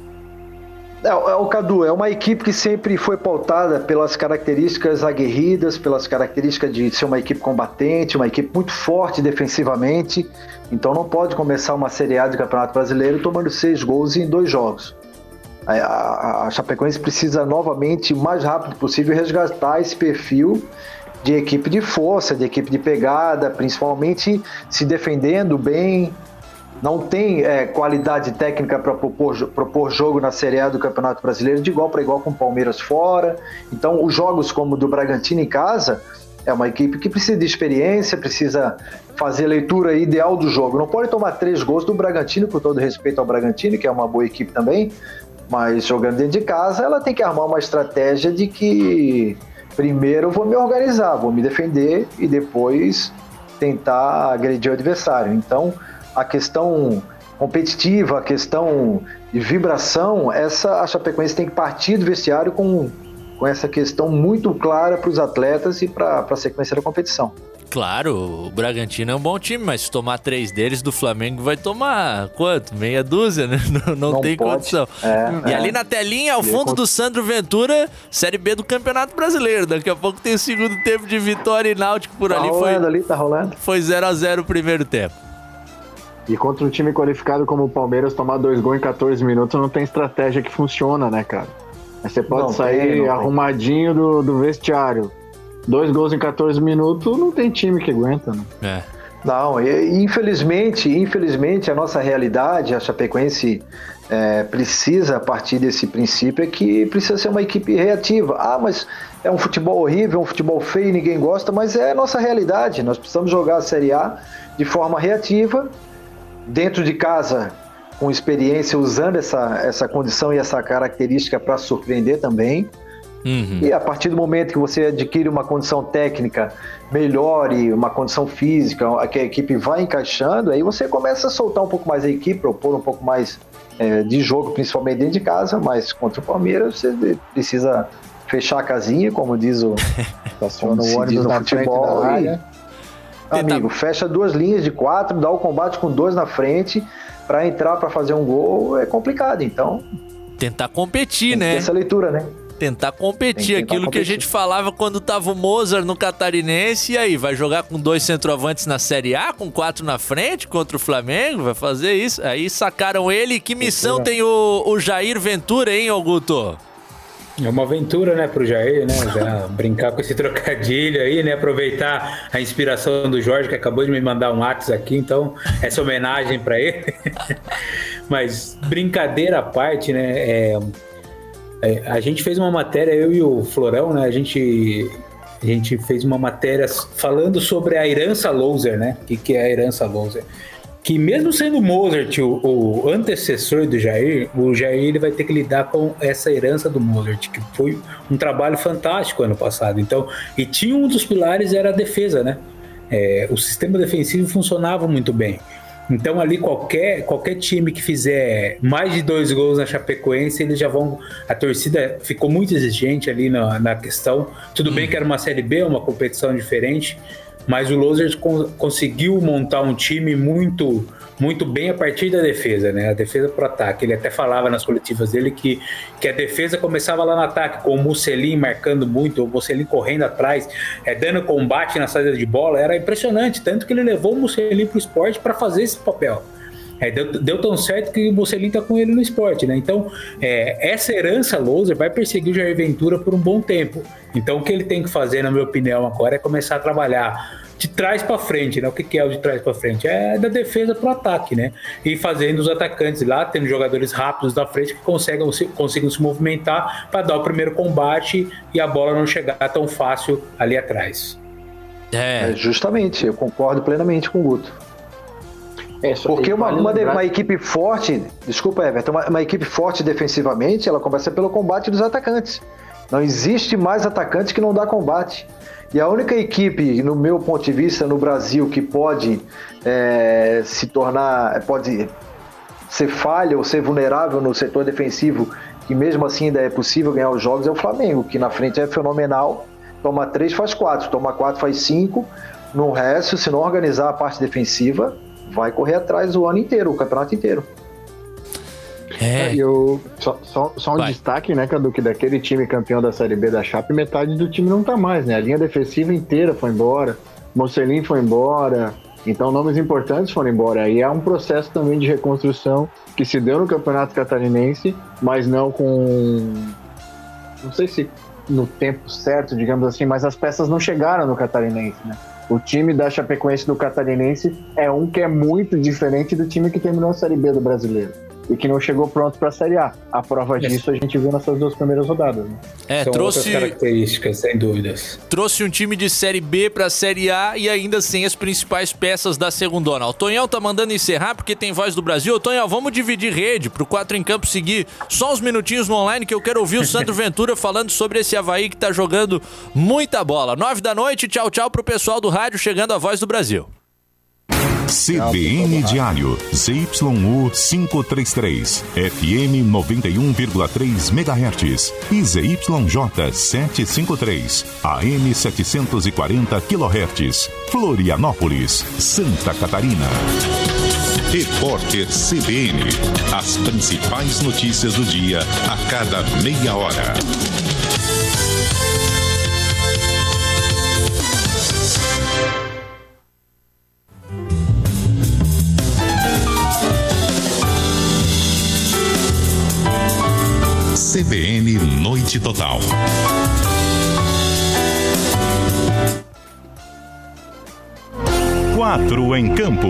É, é, o Cadu, é uma equipe que sempre foi pautada pelas características aguerridas, pelas características de ser uma equipe combatente, uma equipe muito forte defensivamente. Então não pode começar uma Série A de Campeonato Brasileiro tomando seis gols em dois jogos. A, a, a Chapecoense precisa novamente, o mais rápido possível, resgatar esse perfil de equipe de força, de equipe de pegada, principalmente se defendendo bem. Não tem é, qualidade técnica para propor, propor jogo na Série A do Campeonato Brasileiro de igual para igual com o Palmeiras fora. Então, os jogos como o do Bragantino em casa, é uma equipe que precisa de experiência, precisa fazer leitura ideal do jogo. Não pode tomar três gols do Bragantino, com todo respeito ao Bragantino, que é uma boa equipe também, mas jogando dentro de casa, ela tem que armar uma estratégia de que primeiro eu vou me organizar, vou me defender e depois tentar agredir o adversário. Então, a questão competitiva, a questão de vibração, essa a Chapecoense tem que partir do vestiário com, com essa questão muito clara para os atletas e para a sequência da competição. Claro, o Bragantino é um bom time, mas se tomar três deles do Flamengo vai tomar quanto? Meia dúzia, né? Não, não, não tem pode. condição. É, e é. ali na telinha, ao fundo do Sandro Ventura, Série B do Campeonato Brasileiro. Daqui a pouco tem o segundo tempo de Vitória e Náutico por tá ali. Rolando foi, ali, tá rolando. Foi zero a zero o primeiro tempo. E contra um time qualificado como o Palmeiras, tomar dois gols em catorze minutos não tem estratégia que funciona, né, cara? Aí você pode não sair tem, arrumadinho do, do vestiário. Dois gols em catorze minutos, não tem time que aguenta, né? É. Não, e, infelizmente, infelizmente, a nossa realidade, a Chapecoense é, precisa, a partir desse princípio, é que precisa ser uma equipe reativa. Ah, mas é um futebol horrível, é um futebol feio, ninguém gosta, mas é a nossa realidade. Nós precisamos jogar a Série A de forma reativa, dentro de casa, com experiência, usando essa, essa condição e essa característica para surpreender também. Uhum. E a partir do momento que você adquire uma condição técnica melhor e uma condição física, que a equipe vai encaixando, aí você começa a soltar um pouco mais a equipe, propor um pouco mais é, de jogo, principalmente dentro de casa, mas contra o Palmeiras você precisa fechar a casinha, como diz o, como se diz no futebol. E, amigo, fecha duas linhas de quatro, dá o combate com dois na frente, para entrar para fazer um gol é complicado, então... Tentar competir, tem né? Essa leitura, né? Tentar competir, tentar aquilo competir. Que a gente falava quando tava o Mozart no Catarinense, e aí, vai jogar com dois centroavantes na Série A, com quatro na frente, contra o Flamengo, vai fazer isso? Aí sacaram ele, que missão tem o, o Jair Ventura, hein, Augusto? É uma aventura, né, pro Jair, né, já brincar com esse trocadilho aí, né, aproveitar a inspiração do Jorge, que acabou de me mandar um WhatsApp aqui, então, essa homenagem para ele. Mas, brincadeira à parte, né, é, é, a gente fez uma matéria, eu e o Florão, né, a gente, a gente fez uma matéria falando sobre a herança Loser, né, o que, que é a herança Loser. Que mesmo sendo Mozart o, o antecessor do Jair, o Jair ele vai ter que lidar com essa herança do Mozart, que foi um trabalho fantástico ano passado. Então, e tinha um dos pilares era a defesa, né? É, o sistema defensivo funcionava muito bem. Então ali qualquer, qualquer time que fizer mais de dois gols na Chapecoense, eles já vão... A torcida ficou muito exigente ali na, na questão. Tudo hum. bem que era uma Série B, uma competição diferente, mas o Lozers con- conseguiu montar um time muito, muito bem a partir da defesa, né? A defesa pro ataque. Ele até falava nas coletivas dele que, que a defesa começava lá no ataque, com o Mussolini marcando muito, o Mussolini correndo atrás, é, dando combate na saída de bola. Era impressionante, tanto que ele levou o Mussolini pro esporte para fazer esse papel. É, deu, deu tão certo que o Mussolini tá com ele no esporte, né? Então, é, essa herança Loser vai perseguir o Jair Ventura por um bom tempo. Então, o que ele tem que fazer, na minha opinião, agora é começar a trabalhar de trás para frente, né? O que, que é o de trás para frente? É da defesa pro ataque, né? E fazendo os atacantes lá, tendo jogadores rápidos da frente que consigam se, consigam se movimentar para dar o primeiro combate e a bola não chegar tão fácil ali atrás. É, é justamente, eu concordo plenamente com o Guto. É, porque uma, uma, de, uma equipe forte, desculpa, Everton, uma, uma equipe forte defensivamente, ela começa pelo combate dos atacantes. Não existe mais atacante que não dá combate. E a única equipe, no meu ponto de vista, no Brasil, que pode é, se tornar, pode ser falha ou ser vulnerável no setor defensivo, que mesmo assim ainda é possível ganhar os jogos, é o Flamengo, que na frente é fenomenal, toma três, faz quatro, toma quatro, faz cinco, no resto, se não organizar a parte defensiva, vai correr atrás o ano inteiro, o campeonato inteiro. É. Eu, só, só, só um Vai. destaque, né, Cadu, que daquele time campeão da Série B da Chape, metade do time não tá mais, né? A linha defensiva inteira foi embora, Mocelin foi embora, então nomes importantes foram embora. E é um processo também de reconstrução que se deu no Campeonato Catarinense, mas não com... Não sei se no tempo certo, digamos assim, mas as peças não chegaram no Catarinense, né? O time da Chapecoense do Catarinense é um que é muito diferente do time que terminou a Série B do Brasileiro e que não chegou pronto para a Série A. A prova disso a gente viu nessas duas primeiras rodadas, né? É, São trouxe outras características, sem dúvidas. Trouxe um time de Série B pra Série A e ainda sem as principais peças da segundona. O Tonhão tá mandando encerrar porque tem Voz do Brasil. Ô, Tonhão, vamos dividir rede pro quatro em Campo seguir só uns minutinhos no online que eu quero ouvir o Sandro Ventura falando sobre esse Avaí que tá jogando muita bola. Nove da noite, tchau, tchau pro pessoal do rádio, chegando a Voz do Brasil. C B N Diário, Z Y U quinhentos e trinta e três, F M noventa e um vírgula três megahertz e Z Y J setecentos e cinquenta e três, A M setecentos e quarenta quilohertz, Florianópolis, Santa Catarina. Repórter C B N, as principais notícias do dia a cada meia hora. C B N Noite Total. Quatro em Campo.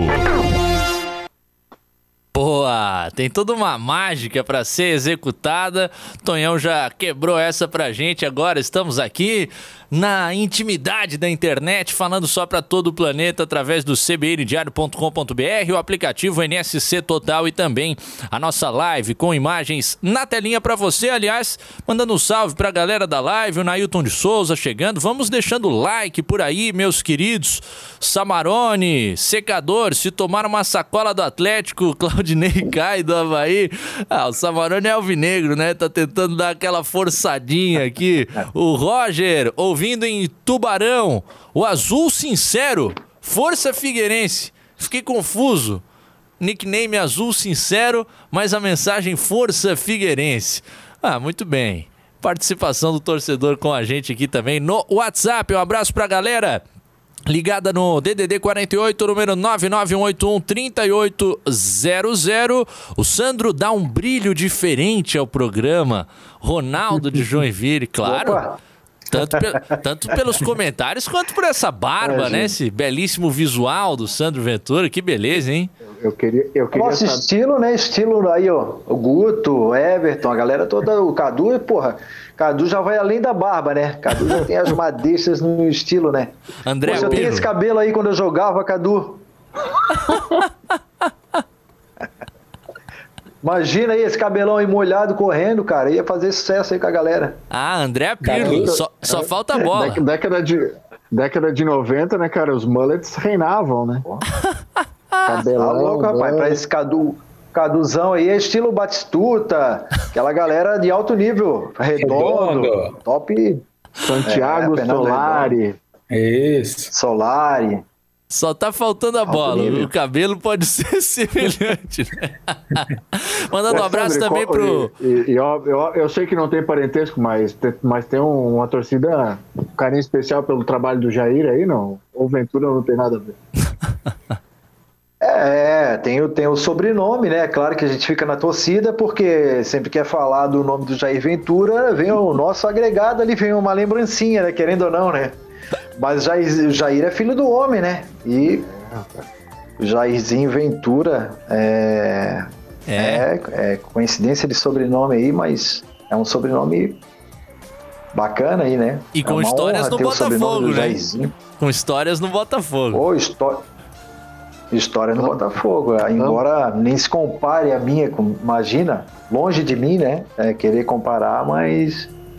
Boa, tem toda uma mágica para ser executada. Tonhão já quebrou essa pra gente. Agora estamos aqui na intimidade da internet, falando só para todo o planeta através do c b n diário ponto com ponto b r, o aplicativo N S C Total e também a nossa live com imagens na telinha para você. Aliás, mandando um salve pra galera da live, o Nailton de Souza chegando. Vamos deixando like por aí, meus queridos. Samarone, Secador, se tomar uma sacola do Atlético, Claudinei cai do Avaí. Ah, o Samarone é alvinegro, né? Tá tentando dar aquela forçadinha aqui. O Roger, ouvindo em Tubarão, o Azul Sincero, Força Figueirense. Fiquei confuso. Nickname Azul Sincero, mas a mensagem Força Figueirense. Ah, muito bem. Participação do torcedor com a gente aqui também no WhatsApp. Um abraço pra galera ligada no D D D quarenta e oito, número nove nove um oito um, três oito zero zero. O Sandro dá um brilho diferente ao programa. Ronaldo de Joinville, claro. Opa. Tanto, pe- tanto pelos comentários quanto por essa barba, é, né? Esse belíssimo visual do Sandro Ventura. Que beleza, hein? Eu queria, eu queria Nosso saber... estilo, né? Estilo aí, ó. O Guto, o Everton, a galera toda. O Cadu, porra. Cadu já vai além da barba, né? Cadu já tem as madeixas no estilo, né? André, Pô, eu tinha esse cabelo aí quando eu jogava, Cadu. Imagina aí esse cabelão aí molhado correndo, cara. Ia fazer sucesso aí com a galera. Ah, André Pirlo. Só, só falta a bola. Década de, década de noventa, né, cara? Os mullets reinavam, né? Cabelão. Tá louco, rapaz. Pra esse Cadu, Caduzão aí é estilo Batistuta. Aquela galera de alto nível. Redondo. Redondo. Top. Santiago é, Solari. Isso. Solari. Só tá faltando a bola. O cabelo pode ser semelhante, né? Mandando um abraço também pro... E, e, eu, eu, eu sei que não tem parentesco, mas, mas tem um, uma torcida, um carinho especial pelo trabalho do Jair aí, não? Ou Ventura não tem nada a ver. É, tem o, tem o sobrenome, né? Claro que a gente fica na torcida, porque sempre quer falar do nome do Jair Ventura, vem o nosso agregado ali, vem uma lembrancinha, né? Querendo ou não, né? Mas Jair, Jair é filho do homem, né? E Jairzinho Ventura é, é. É, é coincidência de sobrenome aí, mas é um sobrenome bacana aí, né? E com é histórias no Botafogo, né? Jairzinho. Com histórias no Botafogo. Ô, histó... História no Botafogo. Embora nem se compare a minha, com... imagina, longe de mim, né? É, querer comparar, mas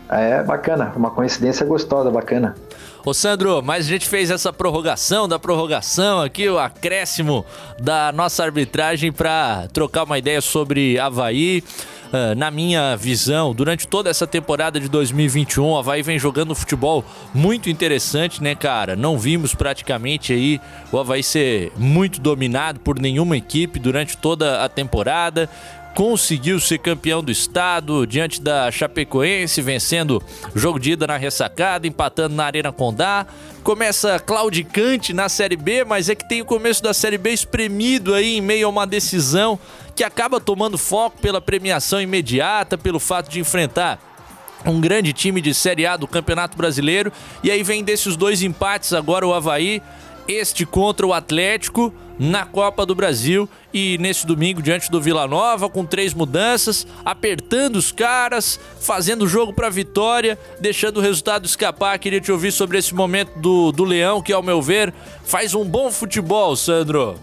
É bacana, uma coincidência gostosa, bacana. Ô Sandro, mas a gente fez essa prorrogação da prorrogação aqui, o acréscimo da nossa arbitragem para trocar uma ideia sobre Avaí. Uh, na minha visão, durante toda essa temporada de dois mil e vinte e um, o Avaí vem jogando um futebol muito interessante, né, cara? Não vimos praticamente aí o Avaí ser muito dominado por nenhuma equipe durante toda a temporada. Conseguiu ser campeão do estado diante da Chapecoense, vencendo o jogo de ida na ressacada, empatando na Arena Condá. Começa claudicante na Série B, mas é que tem o começo da Série B espremido aí em meio a uma decisão que acaba tomando foco pela premiação imediata, pelo fato de enfrentar um grande time de Série A do Campeonato Brasileiro. E aí vem desses dois empates agora o Avaí, este contra o Atlético na Copa do Brasil e nesse domingo diante do Vila Nova, com três mudanças, apertando os caras, fazendo o jogo para vitória, deixando o resultado escapar. Queria te ouvir sobre esse momento do, do Leão, que ao meu ver faz um bom futebol, Sandro.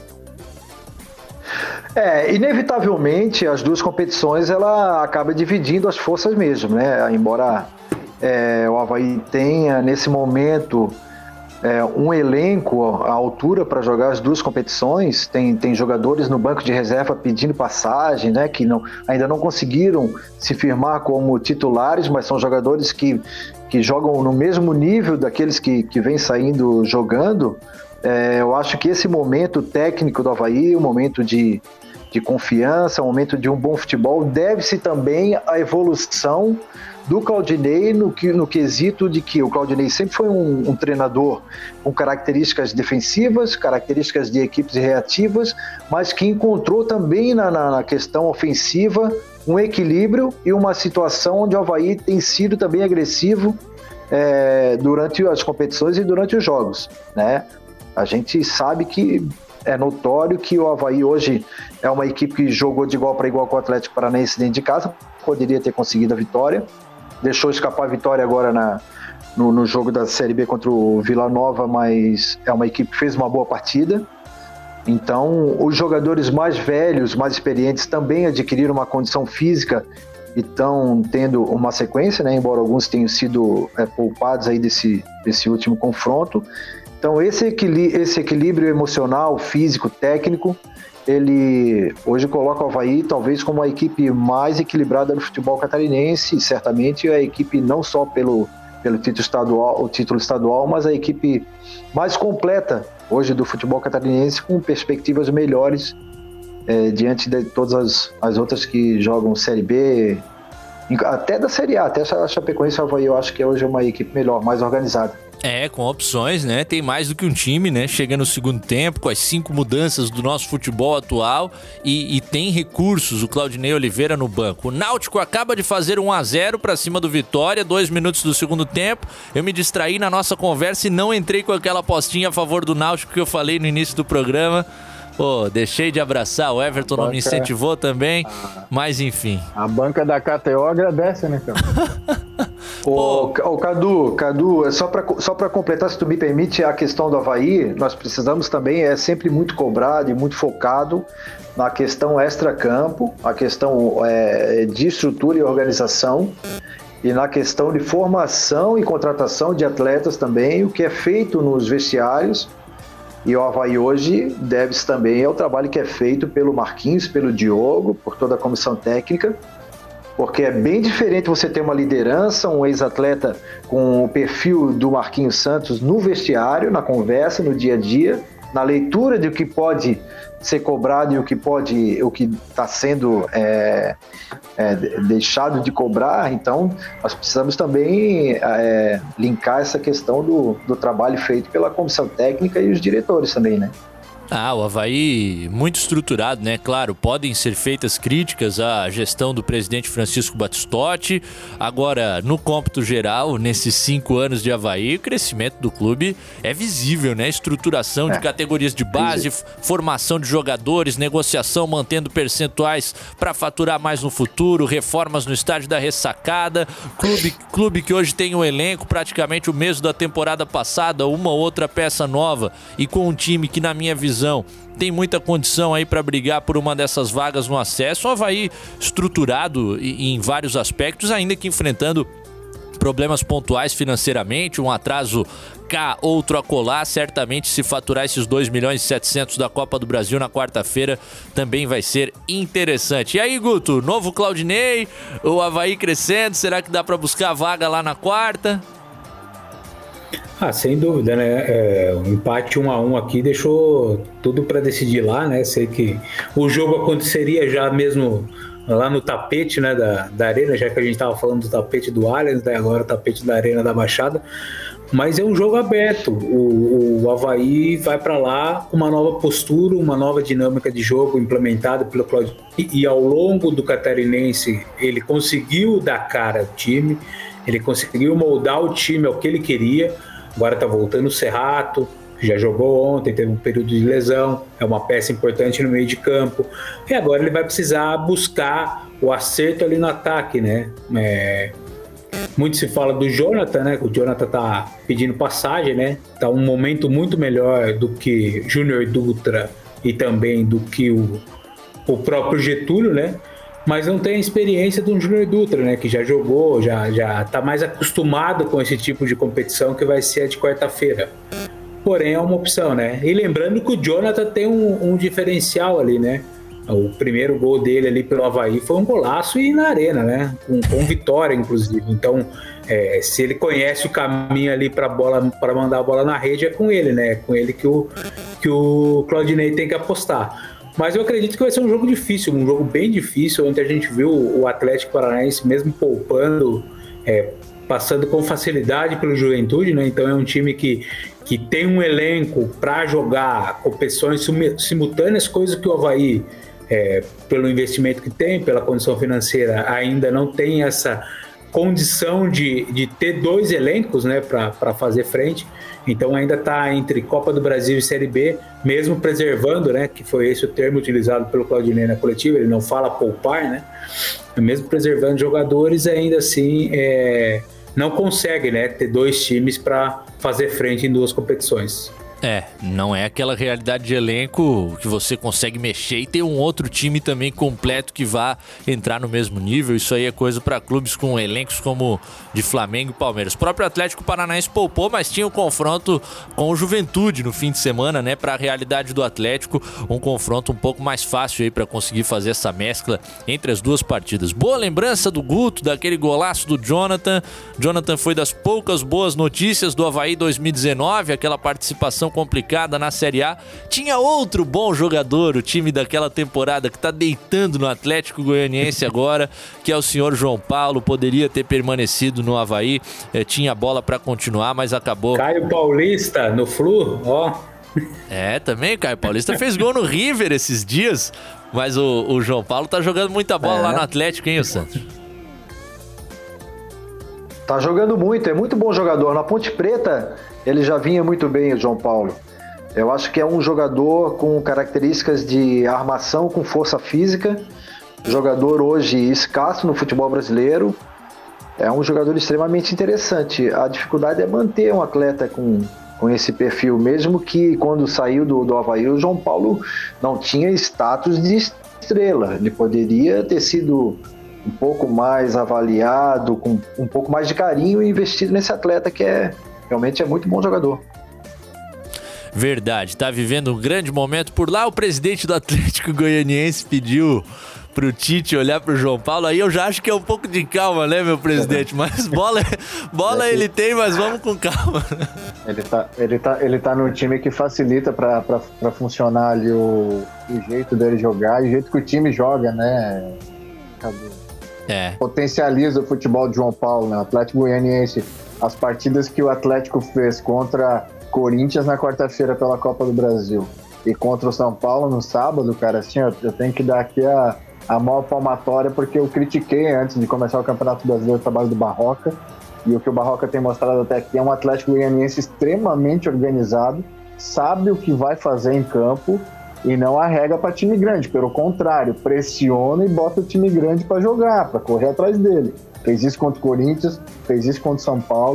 É, inevitavelmente as duas competições ela acaba dividindo as forças mesmo, né? Embora é, o Avaí tenha nesse momento É, um elenco à altura para jogar as duas competições, tem, tem jogadores no banco de reserva pedindo passagem, né, que não, ainda não conseguiram se firmar como titulares, mas são jogadores que, que jogam no mesmo nível daqueles que, que vêm saindo jogando. É, eu acho que esse momento técnico do Avaí, um momento de, de confiança, um momento de um bom futebol, deve-se também à evolução do Claudinei no, no quesito de que o Claudinei sempre foi um, um treinador com características defensivas, características de equipes reativas, mas que encontrou também na, na, na questão ofensiva um equilíbrio e uma situação onde o Avaí tem sido também agressivo é, durante as competições e durante os jogos, né? A gente sabe que é notório que o Avaí hoje é uma equipe que jogou de igual para igual com o Atlético Paranaense dentro de casa, poderia ter conseguido a vitória, deixou escapar a vitória agora na, no, no jogo da Série B contra o Vila Nova, mas é uma equipe que fez uma boa partida. Então, os jogadores mais velhos, mais experientes, também adquiriram uma condição física e estão tendo uma sequência, né? Embora alguns tenham sido é, poupados aí desse, desse último confronto. Então, esse equilíbrio, esse equilíbrio emocional, físico, técnico, ele hoje coloca o Avaí talvez como a equipe mais equilibrada do futebol catarinense, e certamente é a equipe não só pelo, pelo título estadual, o título estadual, mas a equipe mais completa hoje do futebol catarinense, com perspectivas melhores é, diante de todas as, as outras que jogam Série B, até da Série A, até a Chapecoense. O Avaí eu acho que hoje é uma equipe melhor, mais organizada. É, com opções, né? Tem mais do que um time, né? Chega no segundo tempo com as cinco mudanças do nosso futebol atual e, e tem recursos, o Claudinei Oliveira no banco. O Náutico acaba de fazer um a zero pra cima do Vitória, dois minutos do segundo tempo. Eu me distraí na nossa conversa e não entrei com aquela apostinha a favor do Náutico que eu falei no início do programa. Pô, deixei de abraçar, o Everton não me incentivou também, ah, mas enfim. A banca da K T O agradece, né, cara? Ô, ô, Cadu, Cadu, só para só para completar, se tu me permite, a questão do Avaí, nós precisamos também, é sempre muito cobrado e muito focado na questão extra-campo, a questão é, de estrutura e organização, e na questão de formação e contratação de atletas também, o que é feito nos vestiários. E o Avaí hoje deve-se também ao trabalho que é feito pelo Marquinhos, pelo Diogo, por toda a comissão técnica, porque é bem diferente você ter uma liderança, um ex-atleta com o perfil do Marquinhos Santos no vestiário, na conversa, no dia a dia, na leitura de o que pode ser cobrado e o que pode, o que está sendo é, é, deixado de cobrar. Então, nós precisamos também é, linkar essa questão do, do trabalho feito pela comissão técnica e os diretores também, né? Ah, o Avaí muito estruturado, né? Claro, podem ser feitas críticas à gestão do presidente Francisco Battistotti. Agora, no cômputo geral, nesses cinco anos de Avaí, o crescimento do clube é visível, né? Estruturação é. de categorias de base, formação de jogadores, negociação mantendo percentuais para faturar mais no futuro, reformas no estádio da Ressacada, clube, clube que hoje tem um elenco praticamente o mesmo da temporada passada, uma ou outra peça nova, e com um time que, na minha visão, tem muita condição aí para brigar por uma dessas vagas no acesso. O Avaí estruturado em vários aspectos, ainda que enfrentando problemas pontuais financeiramente, um atraso cá, outro acolá. Certamente, se faturar esses dois milhões e setecentos da Copa do Brasil na quarta-feira, também vai ser interessante. E aí, Guto, novo Claudinei, o Avaí crescendo, será que dá para buscar a vaga lá na quarta? Ah, sem dúvida, né? É, o empate um a um aqui deixou tudo para decidir lá, né? Sei que o jogo aconteceria já mesmo lá no tapete, né, da, da Arena, já que a gente estava falando do tapete do Allianz, né, agora o tapete da Arena da Baixada. Mas é um jogo aberto. O, o Avaí vai para lá com uma nova postura, uma nova dinâmica de jogo implementada pelo Claudio. E, e ao longo do Catarinense, ele conseguiu dar cara ao time, ele conseguiu moldar o time ao que ele queria. Agora está voltando o Serrato, que já jogou ontem, teve um período de lesão, é uma peça importante no meio de campo. E agora ele vai precisar buscar o acerto ali no ataque, né? É... Muito se fala do Jonathan, né? O Jonathan tá pedindo passagem, né? Tá um momento muito melhor do que Júnior Dutra e também do que o, o próprio Getúlio, né? Mas não tem a experiência do Júnior Dutra, né? Que já jogou, já, já tá mais acostumado com esse tipo de competição que vai ser a de quarta-feira. Porém, é uma opção, né? E lembrando que o Jonathan tem um, um diferencial ali, né? O primeiro gol dele ali pelo Avaí foi um golaço e na arena, né? Com, com vitória, inclusive. Então, é, se ele conhece o caminho ali para bola, para mandar a bola na rede, é com ele, né? É com ele que o, que o Claudinei tem que apostar. Mas eu acredito que vai ser um jogo difícil, um jogo bem difícil, onde a gente viu o Atlético Paranaense mesmo poupando, é, passando com facilidade pelo Juventude, né? Então é um time que, que tem um elenco para jogar competições simultâneas, coisa que o Avaí, é, pelo investimento que tem, pela condição financeira, ainda não tem essa condição de, de ter dois elencos, né, para fazer frente. Então ainda está entre Copa do Brasil e Série B, mesmo preservando, né, que foi esse o termo utilizado pelo Claudinei na coletiva, ele não fala poupar, né, mesmo preservando jogadores, ainda assim é, não consegue, né, ter dois times para fazer frente em duas competições. É, não é aquela realidade de elenco que você consegue mexer e ter um outro time também completo que vá entrar no mesmo nível. Isso aí é coisa para clubes com elencos como de Flamengo e Palmeiras. O próprio Atlético Paranaense poupou, mas tinha um confronto com o Juventude no fim de semana, né? Para a realidade do Atlético, um confronto um pouco mais fácil aí para conseguir fazer essa mescla entre as duas partidas. Boa lembrança do Guto, daquele golaço do Jonathan. Jonathan foi das poucas boas notícias do Avaí dois mil e dezenove, aquela participação complicada na Série A. Tinha outro bom jogador, o time daquela temporada que tá deitando no Atlético Goianiense agora, que é o senhor João Paulo. Poderia ter permanecido no Avaí, eh, tinha bola para continuar, mas acabou. Caio Paulista no Flu, ó. É, também o Caio Paulista fez gol no River esses dias, mas o, o João Paulo tá jogando muita bola é. lá no Atlético, hein, o Santos? Tá jogando muito, é muito bom jogador. Na Ponte Preta ele já vinha muito bem, o João Paulo. Eu acho que é um jogador com características de armação, com força física. Jogador hoje escasso no futebol brasileiro. É um jogador extremamente interessante. A dificuldade é manter um atleta com, com esse perfil, mesmo que quando saiu do, do Avaí, o João Paulo não tinha status de estrela. Ele poderia ter sido um pouco mais avaliado, com um pouco mais de carinho e investido nesse atleta que é realmente é muito bom jogador. Verdade, tá vivendo um grande momento por lá. O presidente do Atlético Goianiense pediu pro Tite olhar pro João Paulo. Aí eu já acho que é um pouco de calma, né, meu presidente? Mas bola, bola ele tem, mas vamos com calma. Ele tá, ele tá, ele tá no time que facilita pra, pra, pra funcionar ali o, o jeito dele jogar e o jeito que o time joga, né? É. Potencializa o futebol de João Paulo, né? O Atlético Goianiense. As partidas que o Atlético fez contra Corinthians na quarta-feira pela Copa do Brasil e contra o São Paulo no sábado, cara, assim, eu, eu tenho que dar aqui a, a maior palmatória, porque eu critiquei antes de começar o Campeonato Brasileiro o trabalho do Barroca, e o que o Barroca tem mostrado até aqui é um Atlético Goianiense extremamente organizado, sabe o que vai fazer em campo e não arrega para time grande, pelo contrário, pressiona e bota o time grande para jogar, para correr atrás dele. Fez isso contra o Corinthians, fez isso contra o São Paulo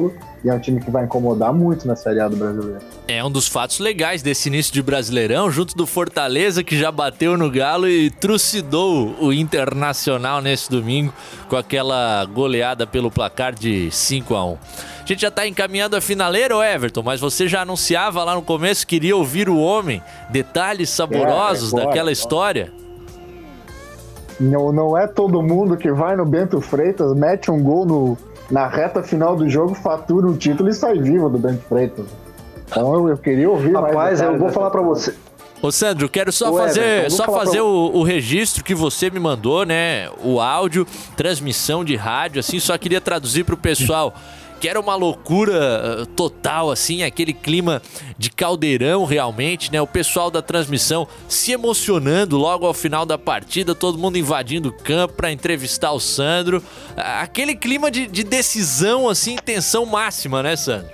E é um time que vai incomodar muito na Série A do Brasileiro. É um dos fatos legais desse início de Brasileirão, junto do Fortaleza, que já bateu no Galo e trucidou o Internacional nesse domingo com aquela goleada pelo placar de cinco a um. A gente já tá encaminhando a finaleira, ô Everton, mas você já anunciava lá no começo que queria ouvir o homem, detalhes saborosos é, é, bora, daquela bora. história. Não, não é todo mundo que vai no Bento Freitas, mete um gol no, na reta final do jogo, fatura um título e sai vivo do Bento Freitas. Então eu, eu queria ouvir Rapaz, mais. Rapaz, eu vou falar pra você. Ô Sandro, quero só Ô, fazer, Everton, só fazer pra... o, o registro que você me mandou, né? O áudio, transmissão de rádio, assim, só queria traduzir pro pessoal. Que era uma loucura total, assim, aquele clima de caldeirão realmente, né? O pessoal da transmissão se emocionando logo ao final da partida, todo mundo invadindo o campo para entrevistar o Sandro. Aquele clima de, de decisão, assim, tensão máxima, né, Sandro?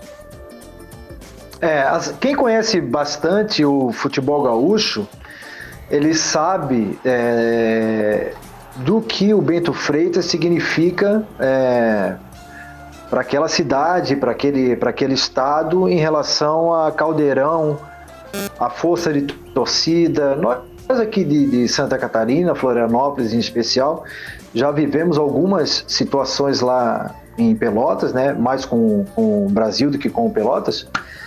É, as, quem conhece bastante o futebol gaúcho, ele sabe é, do que o Bento Freitas significa... É, para aquela cidade, para aquele, para aquele estado em relação a Caldeirão, a força de torcida. Nós aqui de, de Santa Catarina, Florianópolis em especial, já vivemos algumas situações lá em Pelotas, né? Mais com, com o Brasil do que com o Pelotas,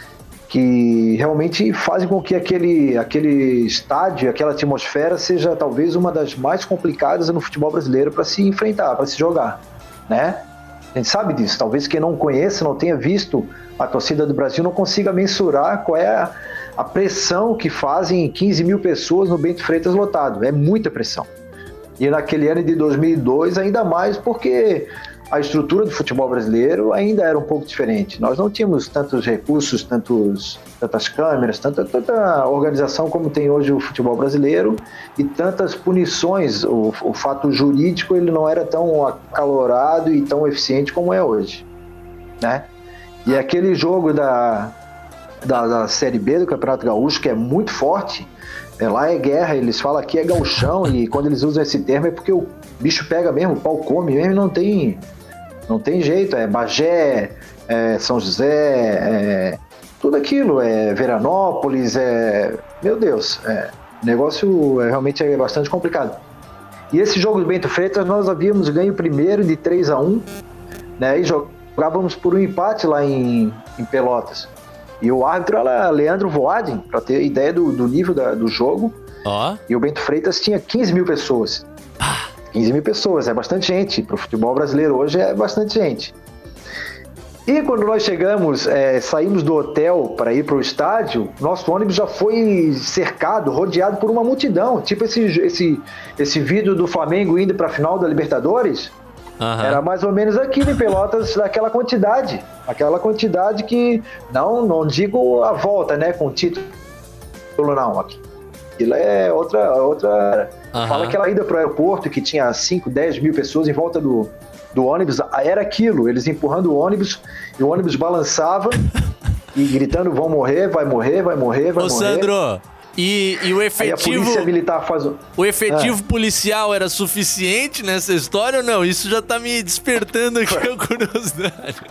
que realmente fazem com que aquele, aquele estádio, aquela atmosfera seja talvez uma das mais complicadas no futebol brasileiro para se enfrentar, para se jogar, né? A gente sabe disso, talvez quem não conheça, não tenha visto a torcida do Brasil, não consiga mensurar qual é a, a pressão que fazem quinze mil pessoas no Bento Freitas lotado, é muita pressão. E naquele ano de dois mil e dois ainda mais porque a estrutura do futebol brasileiro ainda era um pouco diferente. Nós não tínhamos tantos recursos, tantos, tantas câmeras, tanta, tanta organização como tem hoje o futebol brasileiro e tantas punições. O, o fato jurídico ele não era tão acalorado e tão eficiente como é hoje, né? E aquele jogo da, da, da Série B do Campeonato Gaúcho, que é muito forte, é, lá é guerra, eles falam aqui é gauchão e quando eles usam esse termo é porque o bicho pega mesmo, o pau come mesmo, não tem... Não tem jeito, é Bagé, é São José, é tudo aquilo, é Veranópolis, é... Meu Deus, é, o negócio é, realmente é bastante complicado. E esse jogo do Bento Freitas, nós havíamos ganho primeiro de três a um, né, e jogávamos por um empate lá em, em Pelotas. E o árbitro era Leandro Voaden, para ter ideia do, do nível da, do jogo. Oh. E o Bento Freitas tinha quinze mil pessoas. quinze mil pessoas, é bastante gente. Para o futebol brasileiro hoje é bastante gente. E quando nós chegamos, é, saímos do hotel para ir para o estádio, nosso ônibus já foi cercado, rodeado por uma multidão. Tipo esse, esse, esse vídeo do Flamengo indo para a final da Libertadores. Uhum. Era mais ou menos aqui em Pelotas, daquela quantidade. Aquela quantidade que, não, não digo a volta, né, com o título, não. Aquilo é outra... outra Uhum. Fala aquela ida para o aeroporto que tinha cinco, dez mil pessoas em volta do, do ônibus, era aquilo, eles empurrando o ônibus e o ônibus balançava e gritando vão morrer, vai morrer, vai morrer, vai Ô, morrer. Sandro, e, e o efetivo... Aí a polícia militar faz o... O efetivo ah. policial era suficiente nessa história ou não? Isso já tá me despertando aqui a curiosidade.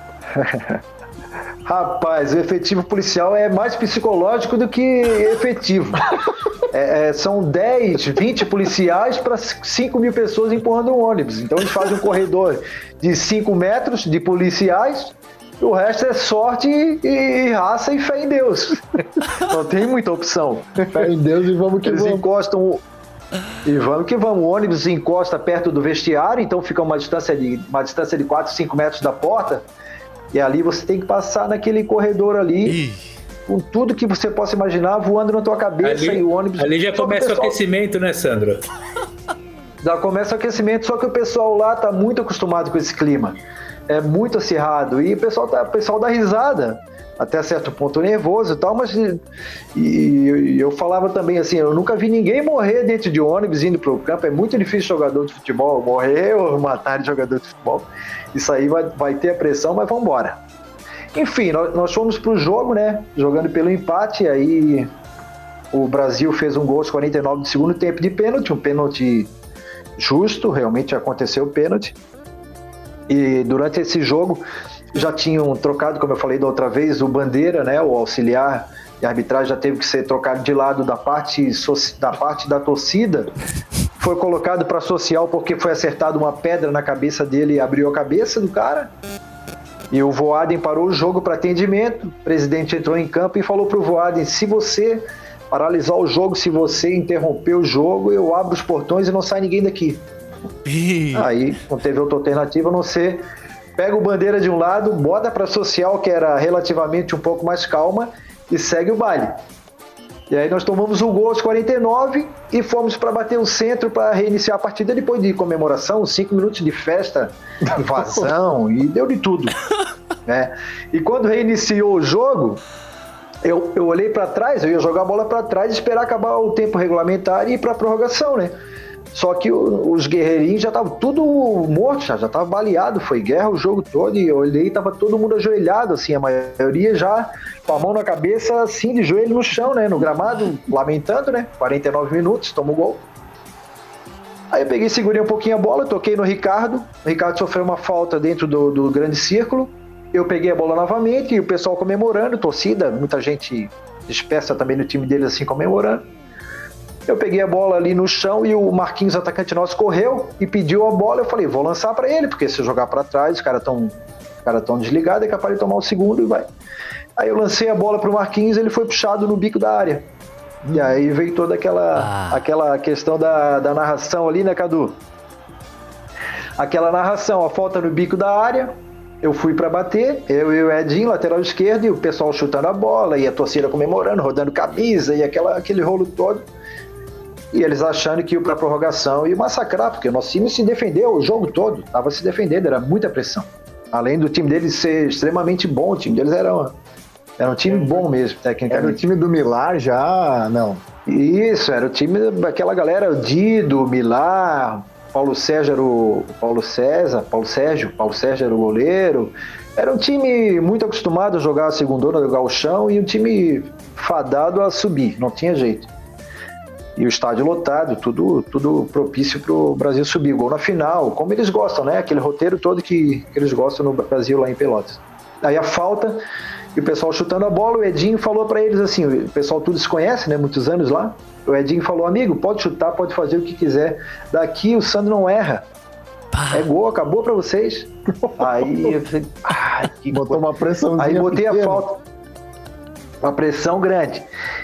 Rapaz, o efetivo policial é mais psicológico do que efetivo. É, é, são dez, vinte policiais para cinco mil pessoas empurrando um ônibus. Então eles fazem um corredor de cinco metros de policiais, e o resto é sorte e, e raça e fé em Deus. Não tem muita opção. Fé em Deus e vamos que eles vamos. Eles encostam... E vamos que vamos. O ônibus encosta perto do vestiário, então fica uma distância de, uma distância de quatro, cinco metros da porta. E ali você tem que passar naquele corredor ali, Ih. com tudo que você possa imaginar voando na tua cabeça ali, e o ônibus... Ali já começa o, pessoal, o aquecimento, né, Sandro? Já começa o aquecimento, só que o pessoal lá tá muito acostumado com esse clima. É muito acirrado e o pessoal, tá, o pessoal dá risada, até certo ponto nervoso e tal, mas... E, e eu falava também assim, eu nunca vi ninguém morrer dentro de ônibus indo pro campo, é muito difícil jogador de futebol morrer ou matar de jogador de futebol. Isso aí vai, vai ter a pressão, mas vamos embora. Enfim, nós, nós fomos pro jogo, né? Jogando pelo empate, aí o Brasil fez um gol aos quarenta e nove do segundo tempo de pênalti, um pênalti justo, realmente aconteceu o pênalti. E durante esse jogo, já tinham trocado, como eu falei da outra vez, o bandeira, né, o auxiliar de arbitragem já teve que ser trocado de lado da parte, da, parte da torcida, foi colocado para social porque foi acertada uma pedra na cabeça dele e abriu a cabeça do cara. E o Voaden parou o jogo para atendimento, o presidente entrou em campo e falou para o Voaden: se você paralisar o jogo, se você interromper o jogo, eu abro os portões e não sai ninguém daqui. Aí não teve outra alternativa a não ser pega o bandeira de um lado, bota para social, que era relativamente um pouco mais calma, e segue o baile. E aí nós tomamos um gol aos quarenta e nove e fomos para bater o centro para reiniciar a partida depois de comemoração, cinco minutos de festa, invasão e deu de tudo, né? E quando reiniciou o jogo, eu, eu olhei para trás, eu ia jogar a bola para trás e esperar acabar o tempo regulamentar e ir para a prorrogação, né? Só que o, os guerreirinhos já estavam tudo morto, já estava baleado, foi guerra o jogo todo, e eu olhei e estava todo mundo ajoelhado, assim, a maioria já com a mão na cabeça, assim, de joelho no chão, né, no gramado, lamentando, né, quarenta e nove minutos, toma o gol. Aí eu peguei, segurei um pouquinho a bola, toquei no Ricardo, o Ricardo sofreu uma falta dentro do, do grande círculo, eu peguei a bola novamente, e o pessoal comemorando, torcida, muita gente dispersa também no time deles, assim, comemorando. Eu peguei a bola ali no chão e o Marquinhos, atacante nosso, correu e pediu a bola. Eu falei, vou lançar para ele, porque se eu jogar para trás, os caras estão cara tão desligados, é capaz de tomar o segundo e vai. Aí eu lancei a bola pro Marquinhos, ele foi puxado no bico da área. E aí veio toda aquela, ah. aquela questão da, da narração ali, né, Cadu? Aquela narração, a falta no bico da área, eu fui para bater, eu e o Edinho, lateral esquerdo, e o pessoal chutando a bola, e a torcida comemorando, rodando camisa, e aquela, aquele rolo todo. E eles achando que iam para a prorrogação e massacrar, porque o nosso time se defendeu o jogo todo, estava se defendendo, era muita pressão. Além do time deles ser extremamente bom, o time deles era, uma, era um time bom mesmo, tecnicamente. Era o time do Milar já, não. Isso, era o time daquela galera, o Dido, Milar, Paulo Sérgio era o Paulo César, Paulo Sérgio, Paulo Sérgio era o goleiro. Era um time muito acostumado a jogar a segundona do gauchão e um time fadado a subir, não tinha jeito. E o estádio lotado, tudo, tudo propício para o Brasil subir. Gol na final, como eles gostam, né? Aquele roteiro todo que, que eles gostam no Brasil, lá em Pelotas. Aí a falta, e o pessoal chutando a bola, o Edinho falou para eles assim, o pessoal tudo se conhece, né? Muitos anos lá. O Edinho falou, amigo, pode chutar, pode fazer o que quiser. Daqui o Sandro não erra. É gol, acabou para vocês. Aí eu falei, ah, que botou uma pressãozinha. Aí botei pequena. a falta. Uma pressão grande.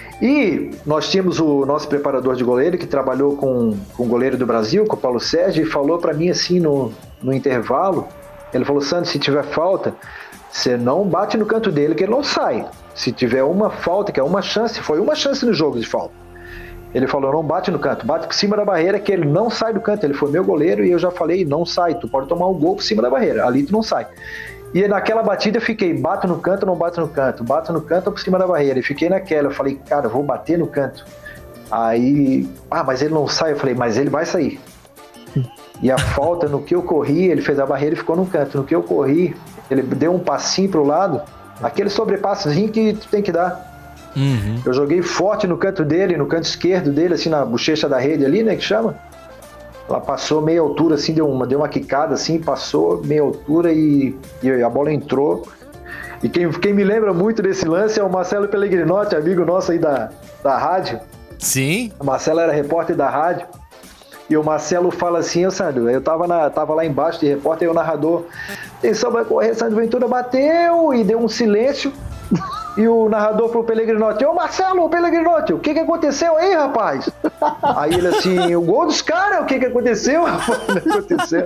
E nós tínhamos o nosso preparador de goleiro que trabalhou com, com o goleiro do Brasil, com o Paulo Sérgio, e falou para mim assim no, no intervalo, ele falou, Sandro, se tiver falta, você não bate no canto dele que ele não sai. Se tiver uma falta, que é uma chance, foi uma chance no jogo de falta. Ele falou, não bate no canto, bate por cima da barreira que ele não sai do canto. Ele foi meu goleiro e eu já falei, não sai, tu pode tomar um gol por cima da barreira, ali tu não sai. E naquela batida eu fiquei, bato no canto, não bato no canto, bato no canto ou por cima da barreira. E fiquei naquela, eu falei, cara, eu vou bater no canto. Aí, ah, mas ele não sai. Eu falei, mas ele vai sair. E a falta, no que eu corri, ele fez a barreira e ficou no canto. No que eu corri, ele deu um passinho pro lado, aquele sobrepassozinho que tu tem que dar. Uhum. Eu joguei forte no canto dele, no canto esquerdo dele, assim, na bochecha da rede ali, né, que chama. Ela passou meia altura, assim, deu uma, deu uma quicada, assim, passou meia altura e, e a bola entrou. E quem, quem me lembra muito desse lance é o Marcelo Pellegrinotti, amigo nosso aí da, da rádio. Sim. O Marcelo era repórter da rádio. E o Marcelo fala assim, ô Sandro, eu tava, na, tava lá embaixo de repórter e o narrador, atenção, vai correr, Sandro Ventura bateu e deu um silêncio. E o narrador pro Pellegrinotti, ô Marcelo, Pellegrinotti, o que que aconteceu aí, rapaz? Aí ele assim, o gol dos caras, o que que aconteceu, rapaz? O que aconteceu?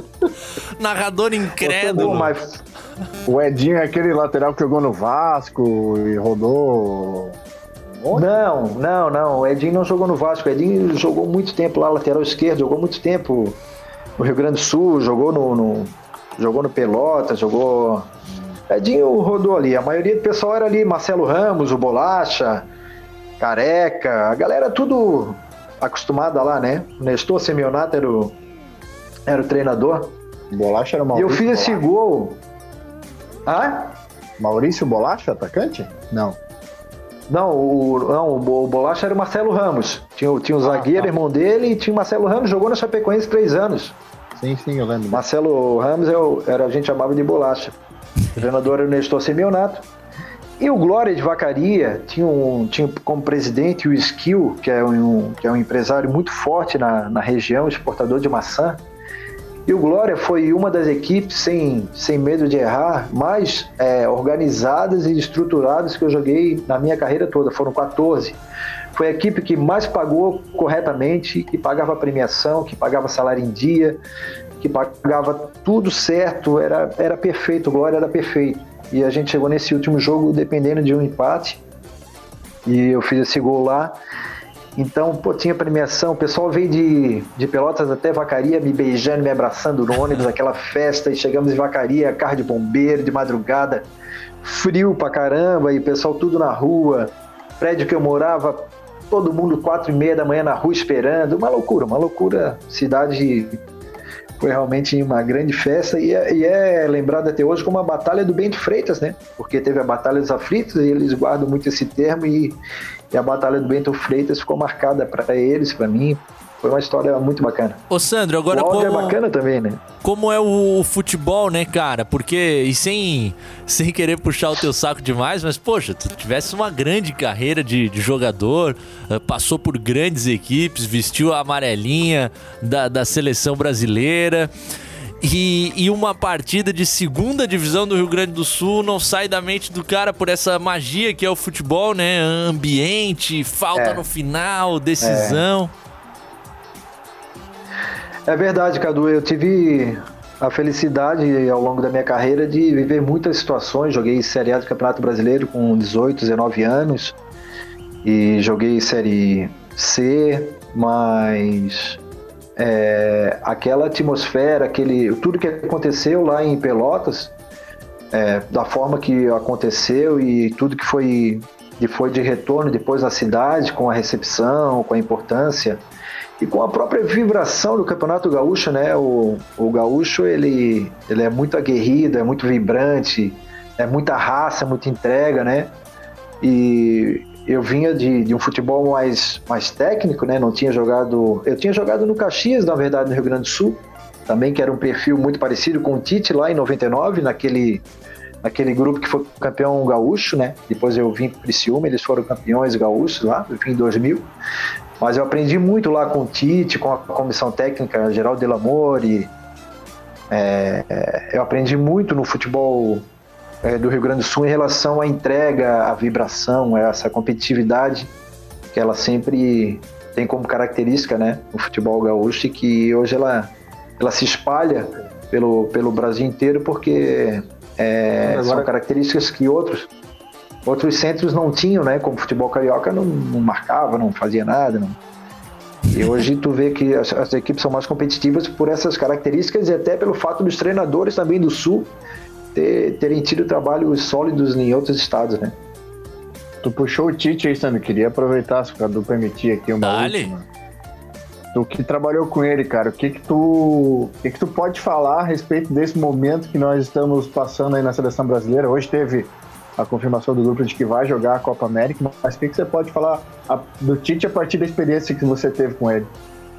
Narrador incrédulo. Mas o Edinho é aquele lateral que jogou no Vasco e rodou... Não, não, não, o Edinho não jogou no Vasco, o Edinho jogou muito tempo lá, lateral esquerdo, jogou muito tempo no Rio Grande do Sul, jogou no, no, jogou no Pelotas, jogou... Edinho rodou ali, a maioria do pessoal era ali, Marcelo Ramos, o Bolacha, Careca, a galera tudo acostumada lá, né? O Nestor Semionato era o, era o treinador. O Bolacha era o Maurício. E eu fiz Bolacha. esse gol. Hã? Maurício Bolacha, atacante? Não. Não, o, não, o Bolacha era o Marcelo Ramos. Tinha, tinha o zagueiro, ah, tá. Irmão dele, e tinha o Marcelo Ramos, jogou na Chapecoense três anos. Sim, sim, eu lembro. Marcelo Ramos eu, era, a gente chamava de Bolacha. O treinador era o Nestor Simeonato. E o Glória de Vacaria tinha, um, tinha como presidente o Skill, que é um, que é um empresário muito forte na, na região, exportador de maçã. E o Glória foi uma das equipes, sem, sem medo de errar, mais é, organizadas e estruturadas que eu joguei na minha carreira toda. Foram quatorze. Foi a equipe que mais pagou corretamente, que pagava premiação, que pagava salário em dia, que pagava tudo certo, era, era perfeito, o Glória era perfeito. E a gente chegou nesse último jogo dependendo de um empate, e eu fiz esse gol lá. Então, pô, tinha premiação, o pessoal veio de, de Pelotas até Vacaria, me beijando, me abraçando no ônibus, aquela festa, e chegamos em Vacaria, carro de bombeiro, de madrugada, frio pra caramba, e o pessoal tudo na rua, prédio que eu morava, todo mundo quatro e meia da manhã na rua esperando, uma loucura, uma loucura, cidade... Foi realmente uma grande festa e é, e é lembrado até hoje como a Batalha do Bento Freitas, né? Porque teve a Batalha dos Aflitos e eles guardam muito esse termo e, e a Batalha do Bento Freitas ficou marcada para eles, para mim. Foi uma história muito bacana. Ô Sandro, agora o como... é bacana também, né? Como é o, o futebol, né, cara? Porque, e sem, sem querer puxar o teu saco demais, mas, poxa, tu tivesse uma grande carreira de, de jogador, uh, passou por grandes equipes, vestiu a amarelinha da, da seleção brasileira... E, e uma partida de segunda divisão do Rio Grande do Sul não sai da mente do cara por essa magia que é o futebol, né? Ambiente, falta é. no final, decisão... É. É verdade, Cadu, eu tive a felicidade ao longo da minha carreira de viver muitas situações. Joguei Série A do Campeonato Brasileiro com dezoito, dezenove anos e joguei Série C, mas é, aquela atmosfera, aquele, tudo que aconteceu lá em Pelotas, é, da forma que aconteceu e tudo que foi, que foi de retorno depois na cidade, com a recepção, com a importância... E com a própria vibração do Campeonato Gaúcho, né? O, o Gaúcho, ele, ele é muito aguerrido, é muito vibrante, é muita raça, muita entrega, né? E eu vinha de, de um futebol mais, mais técnico, né? Não tinha jogado... Eu tinha jogado no Caxias, na verdade, no Rio Grande do Sul, também, que era um perfil muito parecido com o Tite lá em noventa e nove, naquele, naquele grupo que foi campeão gaúcho, né? Depois eu vim para o Criciúma, eles foram campeões gaúchos lá, eu vim em dois mil. Mas eu aprendi muito lá com o Tite, com a comissão técnica Geraldo Delamore. É, eu aprendi muito no futebol é, do Rio Grande do Sul em relação à entrega, à vibração, essa competitividade que ela sempre tem como característica, né, no futebol gaúcho, e que hoje ela, ela se espalha pelo, pelo Brasil inteiro, porque é, agora... são características que outros... Outros centros não tinham, né? Como o futebol carioca não, não marcava, não fazia nada. Não. E hoje tu vê que as, as equipes são mais competitivas por essas características e até pelo fato dos treinadores também do Sul ter, terem tido trabalhos sólidos em outros estados, né? Tu puxou o Tite aí, Sandro. Queria aproveitar, se o Cadu permitir aqui uma Dale. última. Tu que trabalhou com ele, cara, o que que tu, o que que tu pode falar a respeito desse momento que nós estamos passando aí na seleção brasileira? Hoje teve a confirmação do grupo de que vai jogar a Copa América, mas o que, que você pode falar do Tite a partir da experiência que você teve com ele?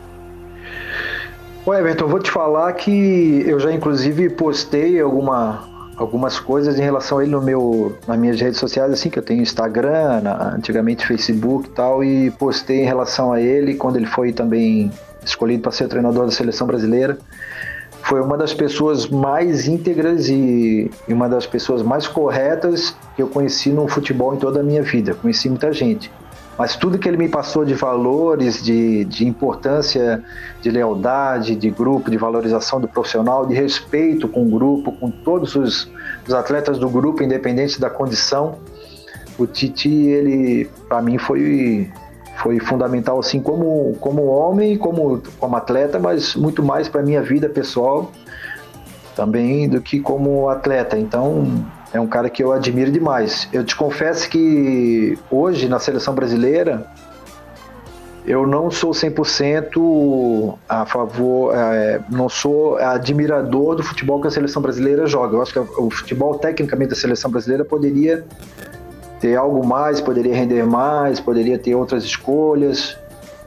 Ô Everton, eu vou te falar que eu já inclusive postei alguma, algumas coisas em relação a ele no meu, nas minhas redes sociais, assim, que eu tenho Instagram, na, antigamente Facebook e tal, e postei em relação a ele quando ele foi também escolhido para ser treinador da seleção brasileira. Foi uma das pessoas mais íntegras e, e uma das pessoas mais corretas que eu conheci no futebol em toda a minha vida. Conheci muita gente. Mas tudo que ele me passou de valores, de, de importância, de lealdade, de grupo, de valorização do profissional, de respeito com o grupo, com todos os, os atletas do grupo, independente da condição, o Tite, ele, para mim, foi... Foi fundamental, assim, como, como homem, como, como atleta, mas muito mais para a minha vida pessoal também do que como atleta. Então, é um cara que eu admiro demais. Eu te confesso que hoje, na seleção brasileira, eu não sou cem por cento a favor, é, não sou admirador do futebol que a seleção brasileira joga. Eu acho que o futebol, tecnicamente, da seleção brasileira poderia ter algo mais, poderia render mais, poderia ter outras escolhas.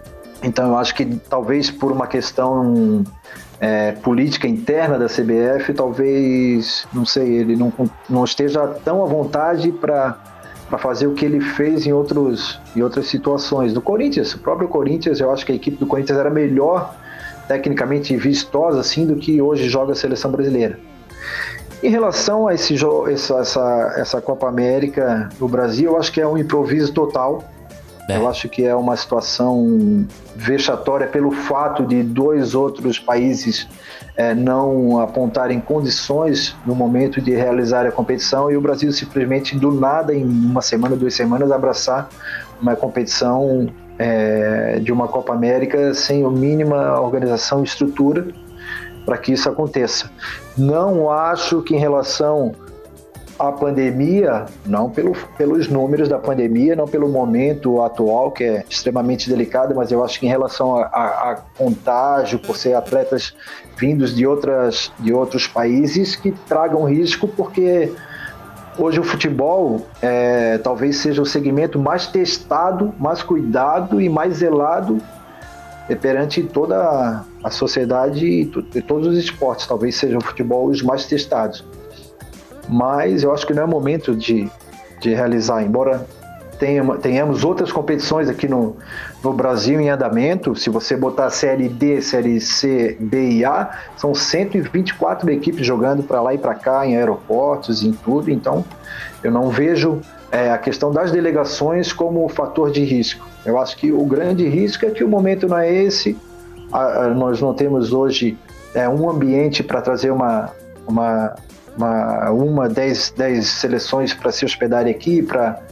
Então eu acho que talvez por uma questão é, política interna da C B F, talvez, não sei, ele não, não esteja tão à vontade para para fazer o que ele fez em, outros, em outras situações. Do Corinthians, o próprio Corinthians, eu acho que a equipe do Corinthians era melhor tecnicamente vistosa assim, do que hoje joga a seleção brasileira. Em relação a esse jogo, essa, essa, essa Copa América no Brasil, eu acho que é um improviso total. É. Eu acho que é uma situação vexatória pelo fato de dois outros países é, não apontarem condições no momento de realizar a competição e o Brasil simplesmente do nada, em uma semana, duas semanas, abraçar uma competição é, de uma Copa América sem a mínima organização e estrutura para que isso aconteça. Não acho que em relação a pandemia, não pelo, pelos números da pandemia, não pelo momento atual, que é extremamente delicado, mas eu acho que em relação a, a, a contágio, por ser atletas vindos de, outras, de outros países, que tragam risco, porque hoje o futebol é, talvez seja o segmento mais testado, mais cuidado e mais zelado perante toda a sociedade e, to, e todos os esportes. Talvez sejam o futebol os mais testados. Mas eu acho que não é momento de, de realizar, embora tenhamos, tenhamos outras competições aqui no, no Brasil em andamento. Se você botar Série D, Série C, B e A, são cento e vinte e quatro equipes jogando para lá e para cá, em aeroportos, em tudo. Então, eu não vejo é, a questão das delegações como fator de risco. Eu acho que o grande risco é que o momento não é esse. A, a, nós não temos hoje é, um ambiente para trazer uma... uma uma, uma dez, dez seleções para se hospedarem aqui, para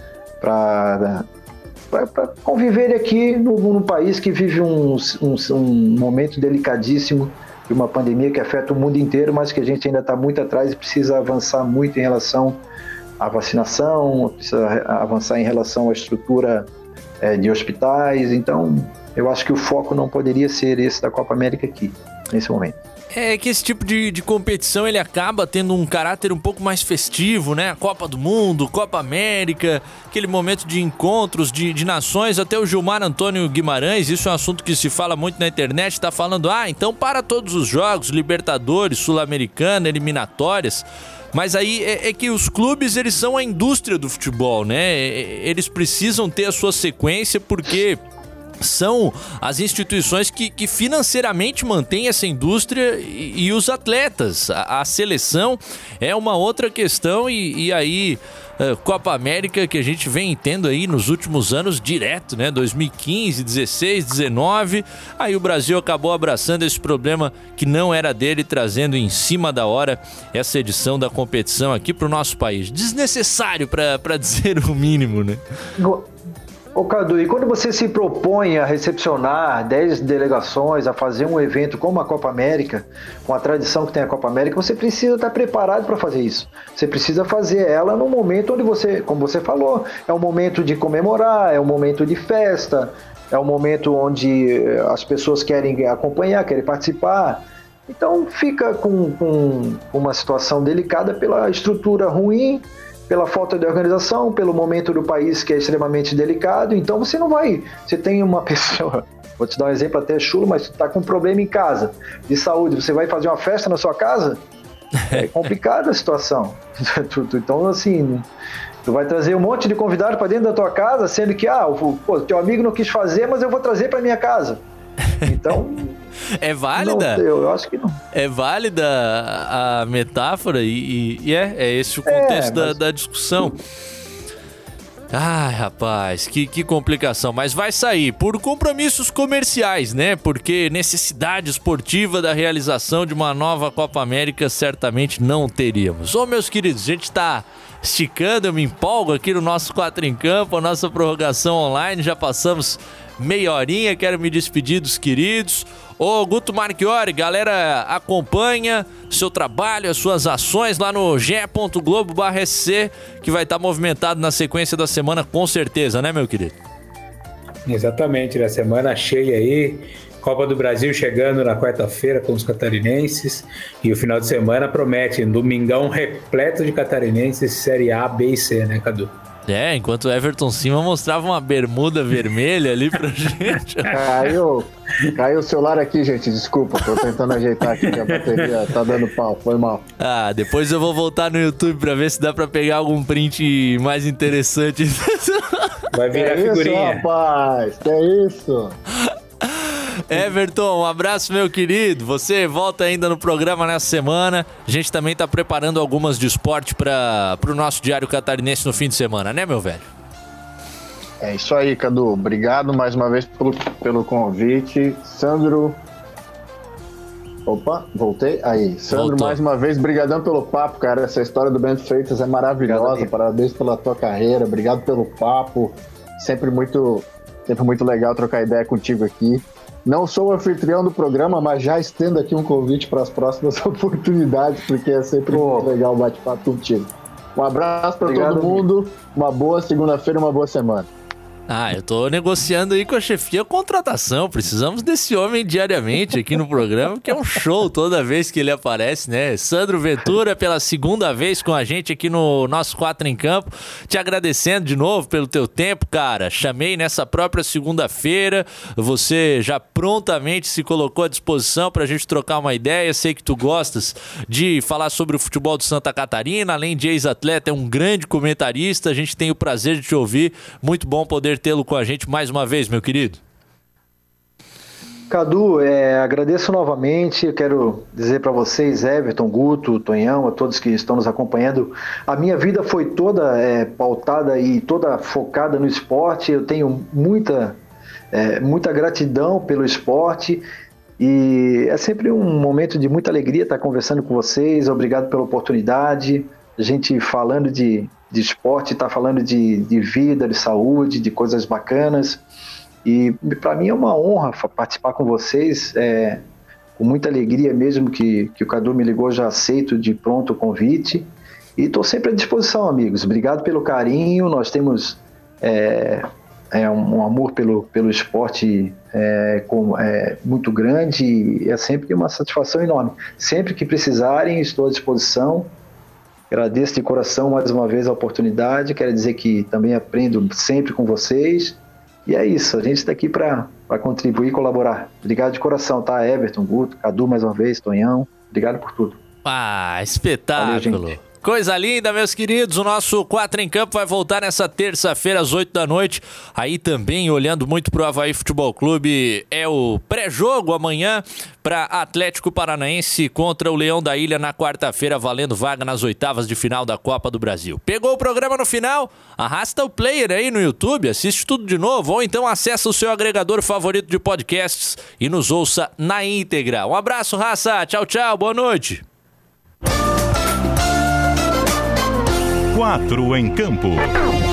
conviver aqui no, no país que vive um, um, um momento delicadíssimo de uma pandemia que afeta o mundo inteiro, mas que a gente ainda está muito atrás e precisa avançar muito em relação à vacinação, precisa avançar em relação à estrutura é, de hospitais. Então, eu acho que o foco não poderia ser esse da Copa América aqui, nesse momento. É que esse tipo de, de competição ele acaba tendo um caráter um pouco mais festivo, né? Copa do Mundo, Copa América, aquele momento de encontros de, de nações. Até o Gilmar Antônio Guimarães, isso é um assunto que se fala muito na internet, tá falando, ah, então para todos os jogos, Libertadores, Sul-Americana, eliminatórias. Mas aí é, é que os clubes, eles são a indústria do futebol, né? Eles precisam ter a sua sequência porque... são as instituições que, que financeiramente mantêm essa indústria e, e os atletas. A, a seleção é uma outra questão e, e aí uh, Copa América que a gente vem tendo aí nos últimos anos direto, né? dois mil e quinze, dezesseis, dezenove, aí o Brasil acabou abraçando esse problema que não era dele, trazendo em cima da hora essa edição da competição aqui para o nosso país. Desnecessário, para dizer o mínimo, né? Ô Cadu, e quando você se propõe a recepcionar dez delegações, a fazer um evento como a Copa América, com a tradição que tem a Copa América, você precisa estar preparado para fazer isso. Você precisa fazer ela num momento onde você, como você falou, é um momento de comemorar, é um momento de festa, é um momento onde as pessoas querem acompanhar, querem participar. Então fica com, com uma situação delicada pela estrutura ruim, pela falta de organização, pelo momento do país que é extremamente delicado. Então você não vai, você tem uma pessoa, vou te dar um exemplo até chulo, mas tu tá com um problema em casa de saúde, você vai fazer uma festa na sua casa? É complicada a situação. Então assim, tu vai trazer um monte de convidados para dentro da tua casa, sendo que, ah, pô, teu amigo não quis fazer, mas eu vou trazer para minha casa. Então... É válida? Não, eu acho que não. É válida a metáfora e, e, e é, é esse o contexto é, mas... da, da discussão. Ai, rapaz, que, que complicação. Mas vai sair por compromissos comerciais, né? Porque necessidade esportiva da realização de uma nova Copa América certamente não teríamos. Ô, meus queridos, a gente tá esticando, eu me empolgo aqui no nosso quatro em Campo, a nossa prorrogação online. Já passamos meia horinha, quero me despedir dos queridos. Ô, Guto Marchiori, galera, acompanha seu trabalho, as suas ações lá no ge ponto globo barra S C, que vai estar movimentado na sequência da semana, com certeza, né, meu querido? Exatamente, na semana cheia aí, Copa do Brasil chegando na quarta-feira com os catarinenses, e o final de semana promete, um domingão repleto de catarinenses, Série A, B e C, né, Cadu? É, enquanto o Everton Cima mostrava uma bermuda vermelha ali pra gente. Caiu, caiu o celular aqui, gente, desculpa, tô tentando ajeitar aqui que a bateria tá dando pau, foi mal. Ah, depois eu vou voltar no YouTube pra ver se dá pra pegar algum print mais interessante. Vai virar que figurinha. Isso, rapaz, que é isso? Everton, um abraço, meu querido. Você volta ainda no programa nessa semana. A gente também tá preparando algumas de esporte para o nosso Diário Catarinense no fim de semana, né, meu velho? É isso aí, Cadu. Obrigado mais uma vez pelo, pelo convite. Sandro... Opa, voltei. Aí, Sandro, Voltou. mais uma vez, brigadão pelo papo, cara. Essa história do Bento Freitas é maravilhosa. Obrigado, Parabéns pela tua carreira. Obrigado pelo papo. Sempre muito, sempre muito legal trocar ideia contigo aqui. Não sou o anfitrião do programa, mas já estendo aqui um convite para as próximas oportunidades, porque é sempre muito legal o bate-papo contigo. Um abraço para todo mundo, uma boa segunda-feira, uma boa semana. Ah, eu tô negociando aí com a chefia a contratação. Precisamos desse homem diariamente aqui no programa, que é um show toda vez que ele aparece, né? Sandro Ventura, pela segunda vez com a gente aqui no nosso Quatro em Campo. Te agradecendo de novo pelo teu tempo, cara. Chamei nessa própria segunda-feira. Você já prontamente se colocou à disposição pra gente trocar uma ideia. Sei que tu gostas de falar sobre o futebol de Santa Catarina. Além de ex-atleta, é um grande comentarista. A gente tem o prazer de te ouvir. Muito bom poder tê-lo com a gente mais uma vez, meu querido. Cadu, é, agradeço novamente. Eu quero dizer para vocês, Everton, Guto, Tonhão, a todos que estão nos acompanhando, a minha vida foi toda é, pautada e toda focada no esporte. Eu tenho muita, é, muita gratidão pelo esporte e é sempre um momento de muita alegria estar conversando com vocês. Obrigado pela oportunidade. A gente falando de de esporte, está falando de, de vida, de saúde, de coisas bacanas. E para mim é uma honra participar com vocês, é, com muita alegria mesmo que, que o Cadu me ligou, já aceito de pronto o convite. E estou sempre à disposição, amigos. Obrigado pelo carinho. Nós temos é, é um, um amor pelo, pelo esporte é, com, é, muito grande e é sempre uma satisfação enorme. Sempre que precisarem, estou à disposição. Agradeço de coração mais uma vez a oportunidade. Quero dizer que também aprendo sempre com vocês. E é isso, a gente está aqui para contribuir e colaborar. Obrigado de coração, tá? Everton, Guto, Cadu mais uma vez, Tonhão. Obrigado por tudo. Ah, espetáculo. Valeu, gente. Coisa linda, meus queridos. O nosso Quatro em Campo vai voltar nessa terça-feira às oito da noite. Aí também, olhando muito pro Avaí Futebol Clube, é o pré-jogo amanhã para Atlético Paranaense contra o Leão da Ilha na quarta-feira, valendo vaga nas oitavas de final da Copa do Brasil. Pegou o programa no final? Arrasta o player aí no YouTube, assiste tudo de novo, ou então acessa o seu agregador favorito de podcasts e nos ouça na íntegra. Um abraço, raça. Tchau, tchau. Boa noite. Quatro em Campo.